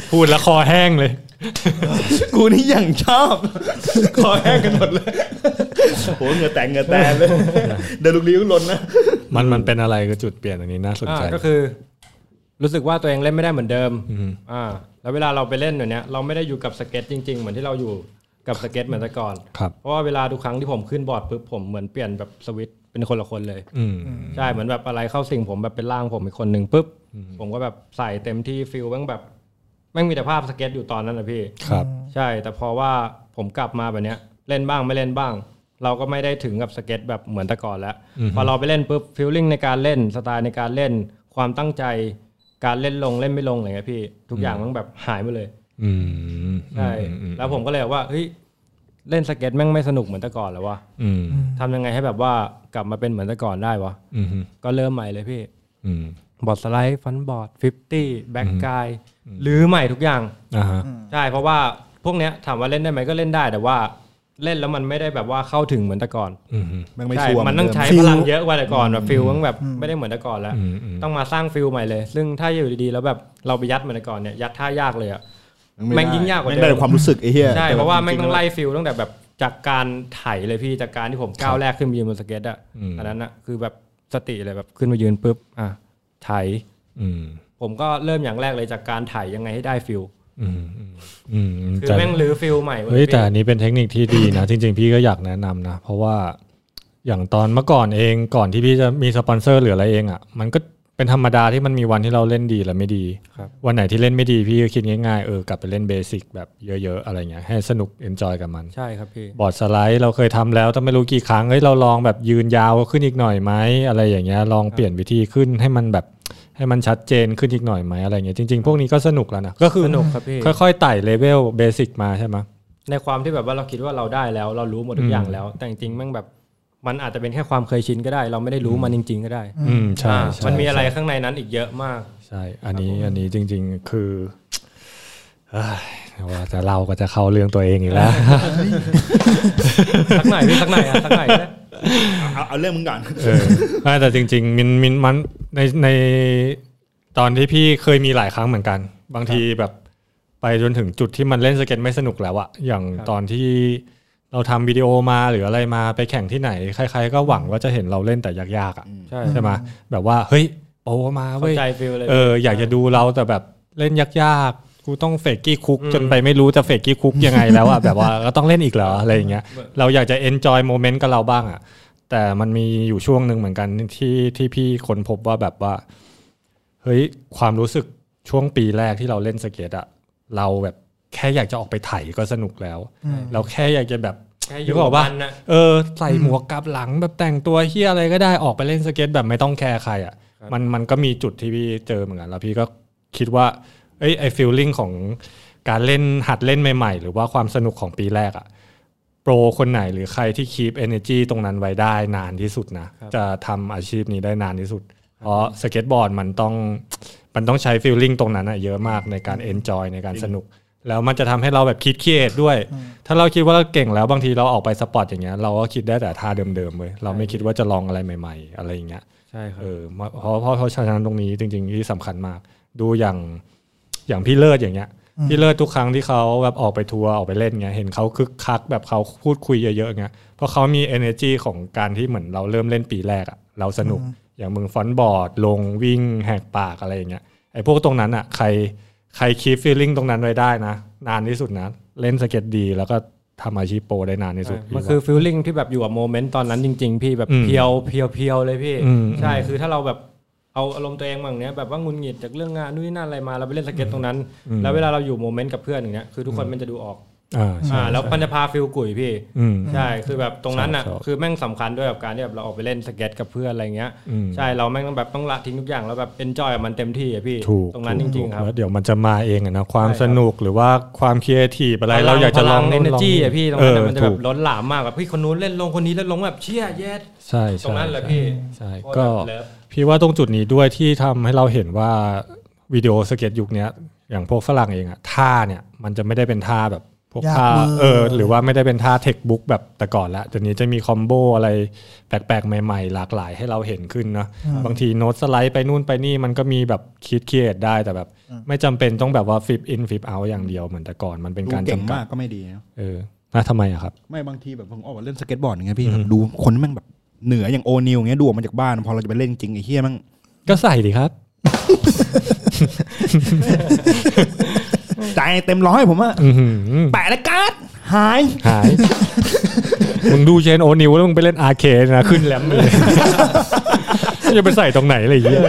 พูดแล้วคอแห้งเลยกูนี่อย่างชอบคอแห้งกันหมดเลยโหเหงื่อแตกเลยเดินลุกลี้ลุกลนนะมันเป็นอะไรก็จุดเปลี่ยนอันนี้น่าสนใจก็คือรู้สึกว่าตัวเองเล่นไม่ได้เหมือนเดิมแล้วเวลาเราไปเล่นอย่างเนี้ยเราไม่ได้อยู่กับสเก็ตจริงๆเหมือนที่เราอยู่กับสเก็ตเหมือนแต่ก่อนเพราะว่าเวลาทุกครั้งที่ผมขึ้นบอร์ดปุ๊บผมเหมือนเปลี่ยนแบบสวิตช์เป็นคนละคนเลยใช่เหมือนแบบอะไรเข้าสิงผมแบบเป็นร่างผมอีกคนนึงปุ๊บผมก็แบบใส่เต็มที่ฟิลแบบไม่มีแต่ภาพสเก็ตอยู่ตอนนั้นนะพี่ใช่แต่พอว่าผมกลับมาแบบเนี้ยเล่นบ้างไม่เล่นบ้างเราก็ไม่ได้ถึงกับสเก็ตแบบเหมือนแต่ก่อนแล้วพอเราไปเล่นปุ๊บฟีลลิ่งในการเล่นสไตล์ในการเล่นความตั้งใจการเล่นลงเล่นไม่ลงอะไรเงี้ยพี่ทุกอย่างมันแบบหายไปเลยใช่แล้วผมก็เลยว่าเฮ้ยเล่นสเก็ตแม่งไม่สนุกเหมือนแต่ก่อนแล้ววะทำยังไงให้แบบว่ากลับมาเป็นเหมือนแต่ก่อนได้วะก็เริ่มใหม่เลยพี่บอร์ดสไลด์ฟันบอร์ด50แบ็คไกด์รื้อใหม่ทุกอย่างใช่เพราะว่าพวกเนี้ยถามว่าเล่นได้ไหมก็เล่นได้แต่ว่าเล่นแล้วมันไม่ได้แบบว่าเข้าถึงเหมือนแต่ก่อนใช่มันต้องใช้พลังเยอะกว่าแต่ก่อนแบบฟิลมันแบบไม่ได้เหมือนแต่ก่อนแล้วต้องมาสร้างฟิลใหม่เลยซึ่งถ้าอยู่ดีๆแล้วแบบเราไปยัดเหมือนแต่ก่อนเนี่ยยัดท่ายากเลยอะแม่งยิ่งยากกว่าเดิมได้ความรู้สึกไอ้เหี้ยใช่เพราะว่าแม่งต้องไล่ฟิลตั้งแต่แบบจากการไถเลยพี่จากการที่ผมก้าวแรกขึ้นมายืนบนสเก็ตอ่ะอันนั้นอะคือแบบสติเลยแบบขึ้นมายืนปุ๊บไถผมก็เริ่มอย่างแรกเลยจากการไถยังไงให้ได้ฟิลคือแม่งรื้อฟิลใหม่เฮ้ยแต่อันนี้เป็นเทคนิคที่ดีนะจริงๆพี่ก็อยากแนะนำนะเพราะว่าอย่างตอนเมื่อก่อนเองก่อนที่พี่จะมีสปอนเซอร์หรืออะไรเองอ่ะมันก็เป็นธรรมดาที่มันมีวันที่เราเล่นดีและไม่ดีวันไหนที่เล่นไม่ดีพี่ก็คิดง่ายๆกลับไปเล่นเบสิกแบบเยอะๆอะไรเงี้ยให้สนุกเอนจอยกับมันใช่ครับพี่บอร์ดสไลด์เราเคยทำแล้วแต่ไม่รู้กี่ครั้งเฮ้ยเราลองแบบยืนยาวขึ้นอีกหน่อยไหมอะไรอย่างเงี้ยลองเปลี่ยนวิธีขึ้นให้มันแบบให้มันชัดเจนขึ้นอีกหน่อยไหมอะไรเงี้ยจริงๆพวกนี้ก็สนุกแล้วนะก็คือสนุกครับพี่ค่อยๆไต่เลเวลเบสิกมาใช่ไหมในความที่แบบว่าเราคิดว่าเราได้แล้วเรารู้หมดทุกอย่างแล้วแต่จริงๆแม่งแบบมันอาจจะเป็นแค่ความเคยชินก็ได้เราไม่ได้รู้มันจริงๆก็ได้ใช่มันมีอะไรข้างในนั้นอีกเยอะมากใช่อันนี้จริงๆคือว่าจะเราก็จะเข้าเรื่องตัวเองอีกแล้วสักหน่อยพี่สักหน่อยเอาเรื่องมึงก่อนแต่จริงๆมันในตอนที่พี่เคยมีหลายครั้งเหมือนกันบางทีแบบไปจนถึงจุดที่มันเล่นสเก็ตไม่สนุกแล้วอะอย่างตอนที่เราทำวิดีโอมาหรืออะไรมาไปแข่งที่ไหนใครๆก็หวังว่าจะเห็นเราเล่นแต่ยากๆอ่ะใช่ไหมแบบว่าเฮ้ยโอ้มาเว้ยอยากจะดูเราแต่แบบเล่นยากๆกูต้องเฟกกี้คุกจนไปไม่รู้จะเฟกกี้คุกยังไงแล้วอ่ะแบบว่าก็ต้องเล่นอีกเหรออะไรอย่างเงี้ยเราอยากจะเอนจอยโมเมนต์กับเราบ้างอ่ะแต่มันมีอยู่ช่วงนึงเหมือนกันที่พี่ค้นพบว่าแบบว่าเฮ้ยความรู้สึกช่วงปีแรกที่เราเล่นสเก็ตอ่ะเราแบบแค่อยากจะออกไปไถก็สนุกแล้วเราแค่อยากจะแบบนึกออกป่ะใส่หมวกกับหลังแบบแต่งตัวเหี้ยอะไรก็ได้ออกไปเล่นสเก็ตแบบไม่ต้องแคร์ใครอ่ะมันก็มีจุดที่พี่เจอเหมือนกันแล้วพี่ก็คิดว่าไอ้ฟีลลิ่งของการเล่นหัดเล่นใหม่ๆหรือว่าความสนุกของปีแรกอ่ะโปรคนไหนหรือใครที่คีป energy ตรงนั้นไว้ได้นานที่สุดนะจะทำอาชีพนี้ได้นานที่สุดเพราะสเก็ตบอร์ดมันต้องใช้ฟีลลิ่งตรงนั้นเยอะมากในการ enjoy ในการสนุกแล้วมันจะทำให้เราแบบคิดครีเอทด้วยถ้าเราคิดว่าเราเก่งแล้วบางทีเราออกไปสปอร์ตอย่างเงี้ยเราก็คิดได้แต่ท่าเดิมๆเลยเราไม่คิดว่าจะลองอะไรใหม่ๆอะไรอย่างเงี้ยใช่ครับเพราะฉะนั้นตรงนี้จริงๆที่สำคัญมากดูอย่างพี่เลิศอย่างเงี้ยพี่เลิศทุกครั้งที่เขาแบบออกไปทัวร์ออกไปเล่นเงี้ยเห็นเขาคึกคักแบบเขาพูดคุยเยอะๆเงี้ยเพราะเขามี energy ของการที่เหมือนเราเริ่มเล่นปีแรกเราสนุกอย่างมึงฟอนต์บอร์ดลงวิ่งแหกปากอะไรอย่างเงี้ยไอ้พวกตรงนั้นใครคีปฟีลลิ่งตตรงนั้นไว้ได้นะนานที่สุดนะเล่นสเก็ตดีแล้วก็ทำอาชีพโปรได้นานที่สุดมันคือฟีลลิ่งที่แบบอยู่กับโมเมนต์ตอนนั้นจริงๆพี่แบบเพียวเลยพี่ใช่คือถ้าเราแบบเอาอารมณ์ตัวเองแบบเนี้ยแบบว่างุนหงิดจากเรื่องงานนู่นนี่นั่นอะไรมาเราไปเล่นสเก็ตตรงนั้นแล้วเวลาเราอยู่โมเมนต์กับเพื่อนอย่างเงี้ยคือทุกคนมันจะดูออกแล้วมันจะพาฟิลกุ๋ยพี่ใช่คือแบบตรงนั้นอ่ะคือแม่งสำคัญด้วยกับการที่แบบเราออกไปเล่นสเก็ตกับเพื่อนอะไรเงี้ยใช่เราแม่งต้องละทิ้งทุกอย่างแล้วแบบเอนจอยกับมันเต็มที่อ่ะพี่ตรงนั้นจริงๆครับแล้วเดี๋ยวมันจะมาเองนะความสนุกหรือว่าความครีเอทีฟอะไรเราอยากจะลองเอเนอร์จีอ่ะพี่ตรงนั้นมันจะแบบล้นหลามมากแบบพี่คนนู้นเล่นลงคนนี้เล่นลงแบบเชี่ยเย็ดใช่ตรงนั้นแหละพี่ใช่ก็พี่ว่าตรงจุดนี้ด้วยที่ทำให้เราเห็นว่าวิดีโอสเก็ตยุคนี้อย่างพวกฝรั่งเองท่าเนี่ยมันจะไม่ได้เป็นท่าแบบพวกท่าหรือว่าไม่ได้เป็นท่าเทคบุ๊กแบบแต่ก่อนละเดี๋ยวนี้จะมีคอมโบอะไรแปลกๆใหม่ๆหลากหลายให้เราเห็นขึ้นนะบางทีโน้ตสไลด์ไปนู่นไปนี่มันก็มีแบบคิดได้แต่แบบไม่จำเป็นต้องแบบว่าฟิปอินฟิปเอาอย่างเดียวเหมือนแต่ก่อนมันเป็นการจำกัดก็ไม่ดีนะทำไมอะครับไม่บางทีแบบผมออกมาเล่นสเก็ตบอร์ดอย่างเงี้ยพี่ดูคนแม่งแบบเหนืออย่างโอนิวอย่างเงี้ยดูออกมาจากบ้านพอเราจะไปเล่นจริงไอ้เหี้ยแม่งก็ใส่ดิครับใจเต็มร้อยผมอะแปะแล้วการ์ดหายมึงดูเชนโอนิวแล้วมึงไปเล่นอาร์เคดนะขึ้นแหลมเลยจะไปใส่ตรงไหนอะไรอย่างเงี้ย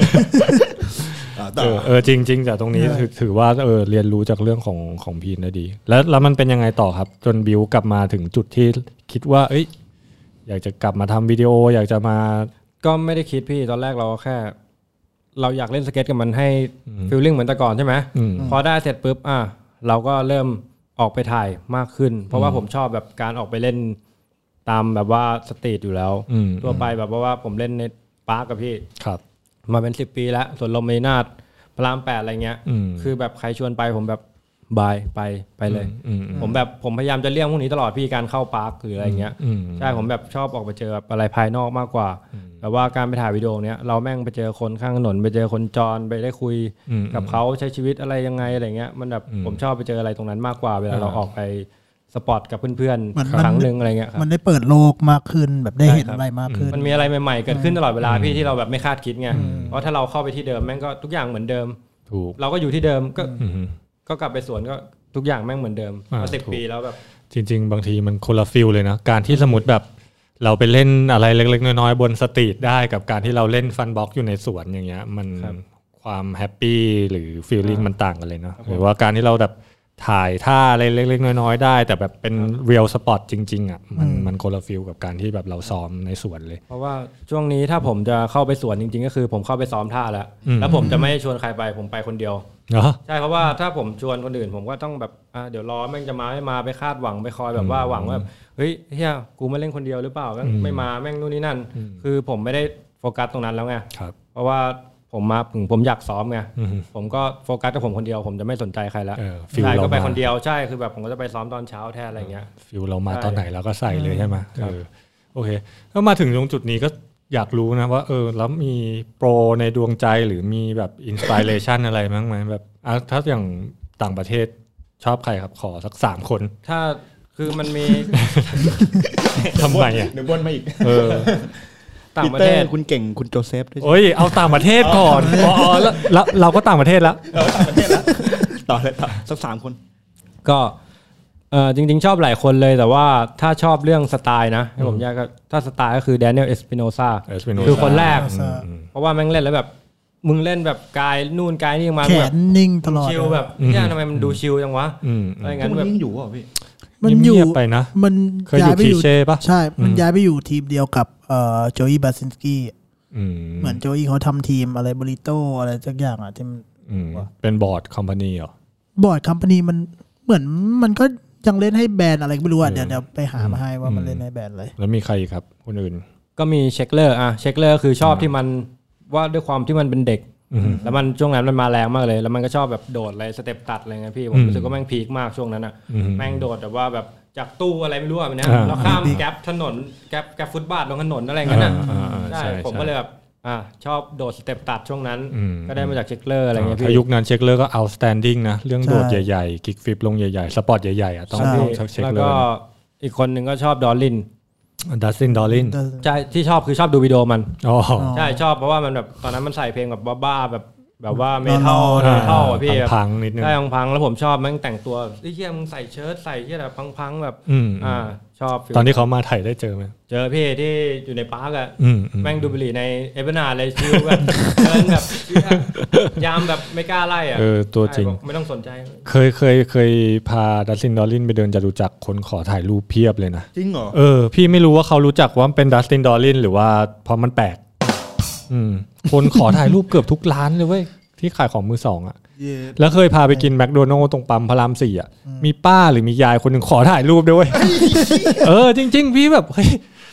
จริงๆจากตรงนี้ถือว่าเรียนรู้จากเรื่องของพีนได้ดีแล้วมันเป็นยังไงต่อครับจนบิวกลับมาถึงจุดที่คิดว่าอยากจะกลับมาทำวิดีโออยากจะมาก็ไม่ได้คิดพี่ตอนแรกเราแค่เราอยากเล่นสเก็ตกับมันให้ฟีลลิ่งเหมือนแต่ก่อนใช่ไหมพอได้เสร็จปุ๊บเราก็เริ่มออกไปถ่ายมากขึ้นเพราะว่าผมชอบแบบการออกไปเล่นตามแบบว่าสตรีทอยู่แล้วตัวไปแบบว่าผมเล่นในปาร์คกับพี่ครับมาเป็น10 ปีแล้วส่วนลมเมนาดพระราม8อะไรเงี้ยคือแบบใครชวนไปผมแบบบายไปเลยผมพยายามจะเลี่ยงพวกนี้ตลอดพี่การเข้าปาร์คหรืออะไรเงี้ยใช่ผมแบบชอบออกไปเจออะไรภายนอกมากกว่าแต่ว่าการไปถ่ายวิดีโอเนี้ยเราแม่งไปเจอคนข้างถนนไปเจอคนจรไปได้คุยกับเขาใช้ชีวิตอะไรยังไงอะไรเงี้ยมันแบบผมชอบไปเจออะไรตรงนั้นมากกว่าเวลาเราออกไปสปอร์ตกับเพื่อนๆครั้งนึงอะไรเงี้ยมันได้เปิดโลกมากขึ้นแบบได้เห็นอะไรมากขึ้นมันมีอะไรใหม่ๆเกิดขึ้นตลอดเวลาพี่ที่เราแบบไม่คาดคิดไงเพราะถ้าเราเข้าไปที่เดิมแม่งก็ทุกอย่างเหมือนเดิมเราก็อยู่ที่เดิมก็กลับไปสวนก็ทุกอย่างแม่งเหมือนเดิมมา10 ปีแล้วแบบจริงๆบางทีมันคนละฟิลเลยนะการที่สมมติแบบเราไปเล่นอะไรเล็กๆน้อยๆบนสตรีทได้กับการที่เราเล่นฟันบ็อกอยู่ในสวนอย่างเงี้ยมันความแฮปปี้หรือฟีลลิ่งมันต่างกันเลยเนาะหรือว่าการที่เราแบบถ่ายท่าอะไรเล็กๆน้อยๆได้แต่แบบเป็นเรียลสปอตจริงๆอ่ะมันคนละฟิลกับการที่แบบเราซ้อมในสวนเลยเพราะว่าช่วงนี้ถ้าผมจะเข้าไปสวนจริงๆก็คือผมเข้าไปซ้อมท่าแล้วผมจะไม่ชวนใครไปผมไปคนเดียวใช่เพราะว่าถ้าผมชวนคนอื่นผมก็ต้องแบบเดี๋ยวรอแม่งจะมาไม่มาไปคาดหวังไปคอยแบบว่าหวังว่าเฮ้ยเฮียกูมาเล่นคนเดียวหรือเปล่าไม่มาแม่งนู่นนี่นั่นคือผมไม่ได้โฟกัสตรงนั้นแล้วไงเพราะว่าผมอยากซ้อมไงผมก็โฟกัสกับผมคนเดียวผมจะไม่สนใจใครแล้วใช่ก็ไปคนเดียวใช่คือแบบผมก็จะไปซ้อมตอนเช้าแทนอะไรเงี้ยฟิลเรามาตอนไหนเราก็ใส่เลยใช่ไหมโอเคแล้วมาถึงตรงจุดนี้ก็อยากรู้นะว่าแล้วมีโปรในดวงใจหรือมีแบบอินสปิเรชันอะไรมั้งไหมแบบถ้าอย่างต่างประเทศชอบใครครับขอสัก3 คนถ้าคือมันมีทำไมเดี๋ยวบนมาอีกต่างประเทศคุณเก่งคุณโจเซฟด้วยเอาต่างประเทศก่อนแล้วเราก็ต่างประเทศแล้วต่างประเทศแล้วต่อเลยสัก3 คนก็จริงๆชอบหลายคนเลยแต่ว่าถ้าชอบเรื่องสไตล์นะให้ผมแยกก็ถ้าสไตล์ก็คือแดเนียลเอสปิโนซาคือคนแรกเพราะว่าแม่งเล่นแล้วแบบมึงเล่นแบบกายนู่นกายนี่มาแขนนิ่งตลอดชิลแบบเนี่ยทำไมมันดูชิลจังวะอะไรงั้นแบบอยู่อ่ะพี่มันอยู่ไปนะมันย้ายไปอยู่ใช่มันย้ายไปอยู่ทีมเดียวกับโจอี้บาซินสกี้เหมือนโจอี้เขาทำทีมอะไรบริโตอะไรสักอย่างอ่ะที่เป็นบอร์ดคอมพานีเหรอบอร์ดคอมพานีมันเหมือนมันก็ยังเล่นให้แบรนด์อะไรไม่รู้อ่ะเดี๋ยวไปหามาให้ว่ามันเล่นให้แบรนด์อะไรแล้วมีใครครับคนอื่นก็มีเช็คเลอร์เช็คเลอร์คือชอบที่มันว่าด้วยความที่มันเป็นเด็กแล้วมันช่วงนั้นมันมาแรงมากเลยแล้วมันก็ชอบแบบโดดอะไรสเต็ปตัดอะไรเงี้ยพี่ผมรู้สึกว่าแม่งพีคมากช่วงนั้นอ่ะแม่งโดดแบบว่าแบบจากตู้อะไรไม่รู้อ่ะเนี่ยแล้วข้ามแก๊ปถนนแก๊ปฟุตบาทลงถนนอะไรเงี้ยนะใช่ผมก็เลยแบบชอบโดดสเต็ปตัดช่วงนั้นก็ได้มาจากเช็คเลอร์อะไรเงี้ยพี่ยุคนั้นเช็คเลอร์ก็ outstanding นะเรื่องโดดใหญ่ๆคิกฟลิปลงใหญ่ๆสปอร์ตใหญ่ๆต้องเช็คเลอร์แล้วก็อีกคนนึงก็ชอบดอลลินดัสตินดอลลินใช่ที่ชอบคือชอบดูวิดีโอมันใช่ชอบเพราะว่ามันแบบตอนนั้นมันใส่เพลงแบบบ้าๆแบบว่าเมทัลพี่พังนิดนึงใช่พังแล้วผมชอบแม่งแต่งตัวไอ้เหี้ยมึงใส่เชิ้ตใส่เหี้ยแบบพังๆแบบชอบตอนที่เขามาถ่ายได้เจอไหมเจอพี่ที่อยู่ในปาร์กอ่ะแม่งดูบุหรี่ในเอเวอร์นาเลยชิลแบบเดินแบบยามแบบไม่กล้าไล่อ่ะตัวจริงไม่ต้องสนใจเคยพาดัสตินดอลลินไปเดินจตุจักรคนขอถ่ายรูปเพียบเลยนะจริงเหรอพี่ไม่รู้ว่าเขารู้จักว่าเป็นดัสตินดอลลินหรือว่าเพราะมันแปลกคนขอถ่ายรูปเกือบทุกร้านเลยเว้ยที่ขายของมือสองอ่ะแล้วเคยพาไปกินแมคโดนัลด์ตรงปั๊มพระราม4อ่ะมีป้าหรือมียายคนหนึ่งขอถ่ายรูปด้วยจริงๆพี่แบบเฮ้ย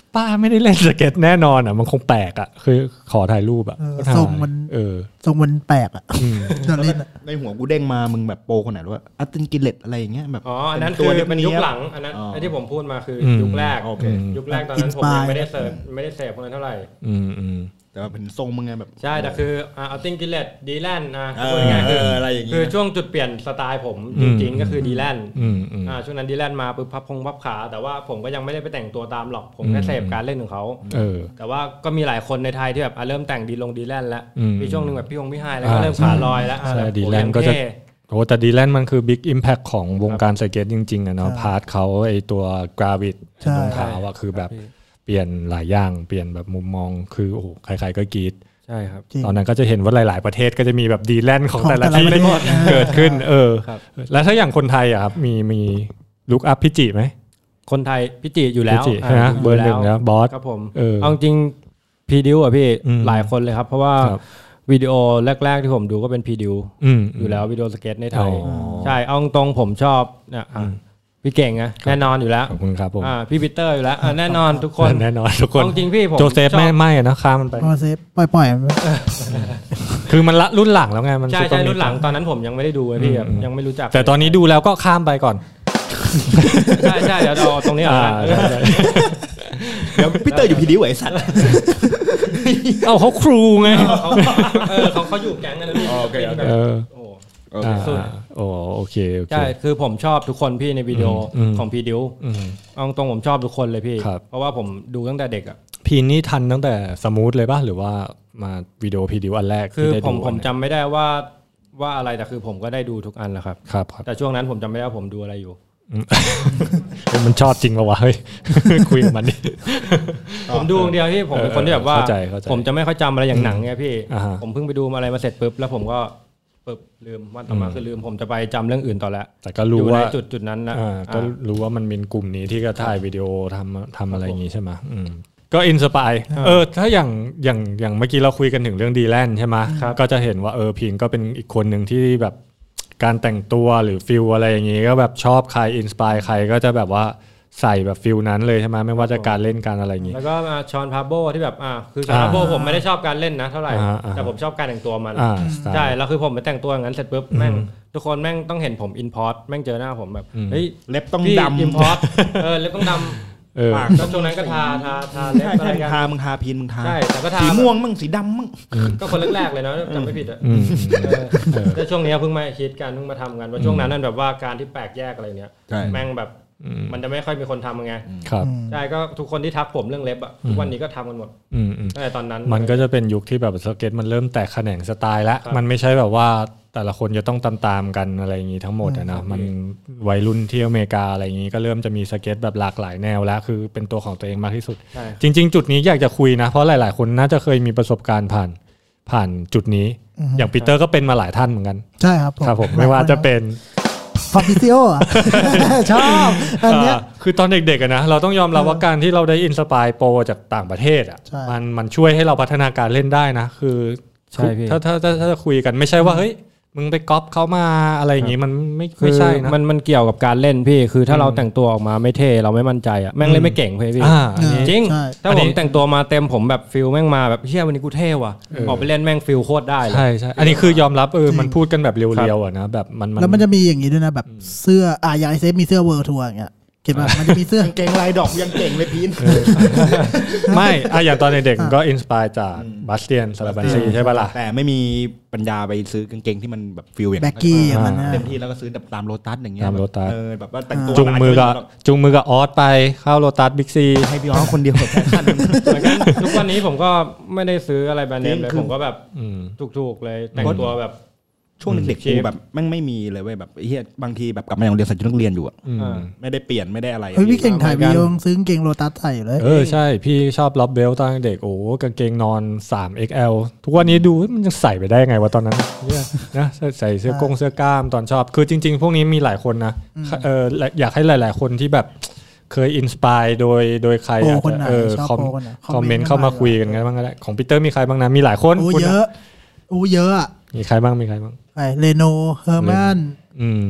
ป้าไม่ได้เล่นสเก็ตแน่นอนอ่ะมันคงแปลกอ่ะคือขอถ่ายรูปอ่ะทรงมันแปลกอ่ะจะเล่นในหัวกูเด้งมามึงแบบโปรคนไหนรู้ว่าอัตตินกิเลตอะไรอย่างเงี้ยแบบอันนั้นคือเป็นยุคหลังอันนั้นไอ้ที่ผมพูดมาคือยุคแรกยุคแรกตอนนั้นผมยังไม่ได้เสพพวกนั้นเท่าไหร่แต่ว่าเป็นทรงมึงไงแบบใช่แต่คืออัตตินกิเลตดีแลนด์พูดง่ายๆคืออะไรอย่างเงี้ยคือช่วงจุดเปลี่ยนสไตล์ผมจริงๆก็คือดีแลนด์ช่วงนั้นดีแลนด์มาปุ๊บพับขาแต่ว่าผมก็ยังไม่ได้ไปแต่งตัวตามหรอกผมแค่เสพการเล่นของเขาแต่ว่าก็มีหลายคนในไทยที่แบบเริ่มแต่งดีแลนด์แล้วมีช่วงนึงแบบพี่ไฮแล้วก็เริ่มขาลอยแล้วดีแลนด์ก็จะโอ้แต่ดีแลนด์มันคือบิ๊กอิมแพคของวงการสเก็ตจริงๆอะเนาะพาร์ทเขาไอตัวกราวิตรองเท้าอะคือแบบเปลี่ยนหลายอย่างเปลี่ยนแบบมุมมองคือโอ้โหใครๆก็กรี๊ดใช่ครับตอนนั้นก็จะเห็นว่าหลายๆประเทศก็จะมีแบบดีแลนด์ของแต่ละที่เกิดขึ้นแล้วถ้าอย่างคนไทยอะครับมีลุคอัพพิจิไหมคนไทยพิจิอยู่แล้วนะเบอร์หนึ่งนะบอสครับผมเอาจริงพีดิวอ่ะพี่หลายคนเลยครับเพราะว่าวิดีโอแรกๆที่ผมดูก็เป็นพีดิวอยู่แล้ววิดีโอสเก็ตในไทยใช่เอาตรงผมชอบเนี่ยพี่เก่งนะแน่นอนอยู่แล้วขอบคุณครับผมพี่ปีเตอร์อยู่แล้วแน่นอนทุกคนแน่นอนทุกคนจริงพี่ผมโจเซฟไม่นะข้ามมันไปโจเซฟปล่อยคือมันรุ่นหลังแล้วไงมันใช่รุ่นหลังตอนนั้นผมยังไม่ได้ดูพี่ยังไม่รู้จักแต่ตอนนี้ดูแล้วก็ข้ามไปก่อนใช่เดี๋ยวเอาตรงนี้เดี๋ยวพี่เตอร์อยู่พีดิวไอ้สัตว์เขาครูไงเขาอยู่แก๊งกันนะพี่โอเคใช่คือผมชอบทุกคนพี่ในวิดีโอของพีดิวเอาตรงผมชอบทุกคนเลยพี่เพราะว่าผมดูตั้งแต่เด็กอ่ะพีนี่ทันตั้งแต่สมูทเลยป่ะหรือว่ามาวิดีโอพีดิวอันแรกคือผมจำไม่ได้ว่าอะไรแต่คือผมก็ได้ดูทุกอันแล้วครับแต่ช่วงนั้นผมจำไม่ได้ว่าผมดูอะไรอยู่มันชอบจริงป่ะวะเฮ้ยคุยกับมันดิผมดูอย่างเดียวพี่ผมเป็นคนที่แบบว่าผมจะไม่ค่อยจำอะไรอย่างหนังไงพี่ผมเพิ่งไปดูอะไรมาเสร็จปุ๊บแล้วผมก็ลืมวันต่อมาคือลืมผมจะไปจำเรื่องอื่นต่อแล้วแต่ก็รู้ว่าจุดนั้นนะก็รู้ว่ามันมีกลุ่มนี้ที่ก็ถ่ายวิดีโอทำอะไรอย่างงี้ใช่ไหมก็อินสปายถ้าอย่างเมื่อกี้เราคุยกันถึงเรื่องดีแลนด์ใช่ไหมก็จะเห็นว่าพีนก็เป็นอีกคนหนึ่งที่แบบการแต่งตัวหรือฟิลอะไรอย่างงี้ก็แบบชอบใครอินสปายใครก็จะแบบว่าใส่แบบฟิลนั้นเลยใช่ไหมไม่ว่าจะการเล่นการอะไรอย่างงี้แล้วก็ชอนพาโบที่แบบคือชอนพาโบผมไม่ได้ชอบการเล่นนะเท่าไหร่แต่ผมชอบการแต่งตัวมันใช่แล้วคือผมไปแต่งตัวอย่างนั้นเสร็จปุ๊บแม่งทุกคนแม่งต้องเห็นผมอินพอร์ตแม่งเจอหน้าผมแบบเฮ้ยเล็บต้องดำอินพอร์ตเล็บต้องดำก็ช่วงนั้นก็ทาเล็บอะไรกันมึงทาพีนมึงทาใช่แต่ก็ทาสีม่วงมั่งสีดำมั่งก็คนแรกๆเลยนะจำไม่ผิดอ่ะแต่ช่วงนี้เพิ่งมาคิดกันเพิ่งมาทำกันว่าช่วงนั้นนั่นแบบว่าการที่แปลกแยกอะไรเนี้ยแม่งแบบมันจะไม่ค่อยมีคนทำไงใช่ก็ทุกคนที่ทักผมเรื่องเล็บอ่ะทุกวันนี้ก็ทำกันหมดตั้งแต่ตอนนั้นมันก็จะเป็นยุคที่แบบสเก็ตมันเริ่มแตกแขนงสไตล์แล้วมันไม่ใช่แบบว่าแต่ละคนจะต้องตามกันอะไรอย่างงี้ทั้งหมดนะมันวัยรุ่นที่อเมริกาอะไรอย่างงี้ก็เริ่มจะมีสเก็ตแบบหลากหลายแนวแล้วคือเป็นตัวของตัวเองมากที่สุดจริงๆจุดนี้อยากจะคุยนะเพราะหลายๆคนน่าจะเคยมีประสบการณ์ผ่านจุดนี้อย่างปีเตอร์ก็เป็นมาหลายท่านเหมือนกันใช่ครับผมไม่ว่าจะเป็นฟาบิซิโอชอบอันเนี้ยคือตอนเด็กๆนะเราต้องยอมรับว่าการที่เราได้อินสปายโปรจากต่างประเทศอ่ะมันช่วยให้เราพัฒนาการเล่นได้นะคือถ้าคุยกันไม่ใช่ว่าเฮ้ยมึงไปก๊อปเขามาอะไรอย่างงี้มันไม่ใช่นะมันเกี่ยวกับการเล่นพี่คือถ้าเราแต่งตัวออกมาไม่เท่เราไม่มั่นใจอ่ะแม่งเล่นไม่เก่งพี่จริงถ้าผมแต่งตัวมาเต็มผมแบบฟิลแม่งมาแบบเชี่ยวันนี้กูเท่ว่ะออกไปเล่นแม่งฟิลโคตรได้ใช่อันนี้คือยอมรับมันพูดกันแบบเรียวๆอ่ะนะแบบมันแล้วมันจะมีอย่างงี้ด้วยนะแบบเสื้ออย่างไอเซฟมีเสื้อเวิลด์ทัวร์อย่างเงี้ยเห็นป่ะมันจะมีเสื้อเก่งลายดอกยังเก่งเลยพีนไม่อย่างตอนเด็กก็อินสปายจากบาสเตียนซาลาบันซีใช่ป่ะล่ะแต่ไม่มีปัญญาไปซื้อกางเกงที่มันแบบฟิลอย่างแบ็กกี้มันเต็มที่แล้วก็ซื้อแบบตามโลตัสอย่างเงี้ยตามโลตัสแบบว่าแต่งตัวจุงมือกับออสไปเข้าโลตัสบิ๊กซีให้พี่ออสคนเดียวแค่นั้นทุกวันนี้ผมก็ไม่ได้ซื้ออะไรแบรนด์เนมเลยผมก็แบบถูกๆเลยแต่งตัวแบบช่วงเด็กๆกูแบบไม่มีเลยเว้ยแบบเฮียบางทีแบบกลับมาโรงเรียนใส่ชุดนักเรียนอยู่อ่ะไม่ได้เปลี่ยนไม่ได้อะไรพี่เก่งถ่ายวิดีโอซื้อกางเกงโลตัสใส่เลยใช่พี่ชอบล็อบเบลตอนเด็กกางเกงนอน 3XL ทุกวันนี้ดูมันจะใส่ไปได้ไงวะตอนนั้นนะใส่เสื้อกล้ามตอนชอบคือจริงๆพวกนี้มีหลายคนนะอยากให้หลายๆคนที่แบบเคยอินสปายโดยใครคอมเมนต์เข้ามาคุยกันบ้างก็ได้ของปีเตอร์มีใครบ้างนะมีหลายคนเยอะอ่ะมีใครบ้างเรโนเฮอร์แมน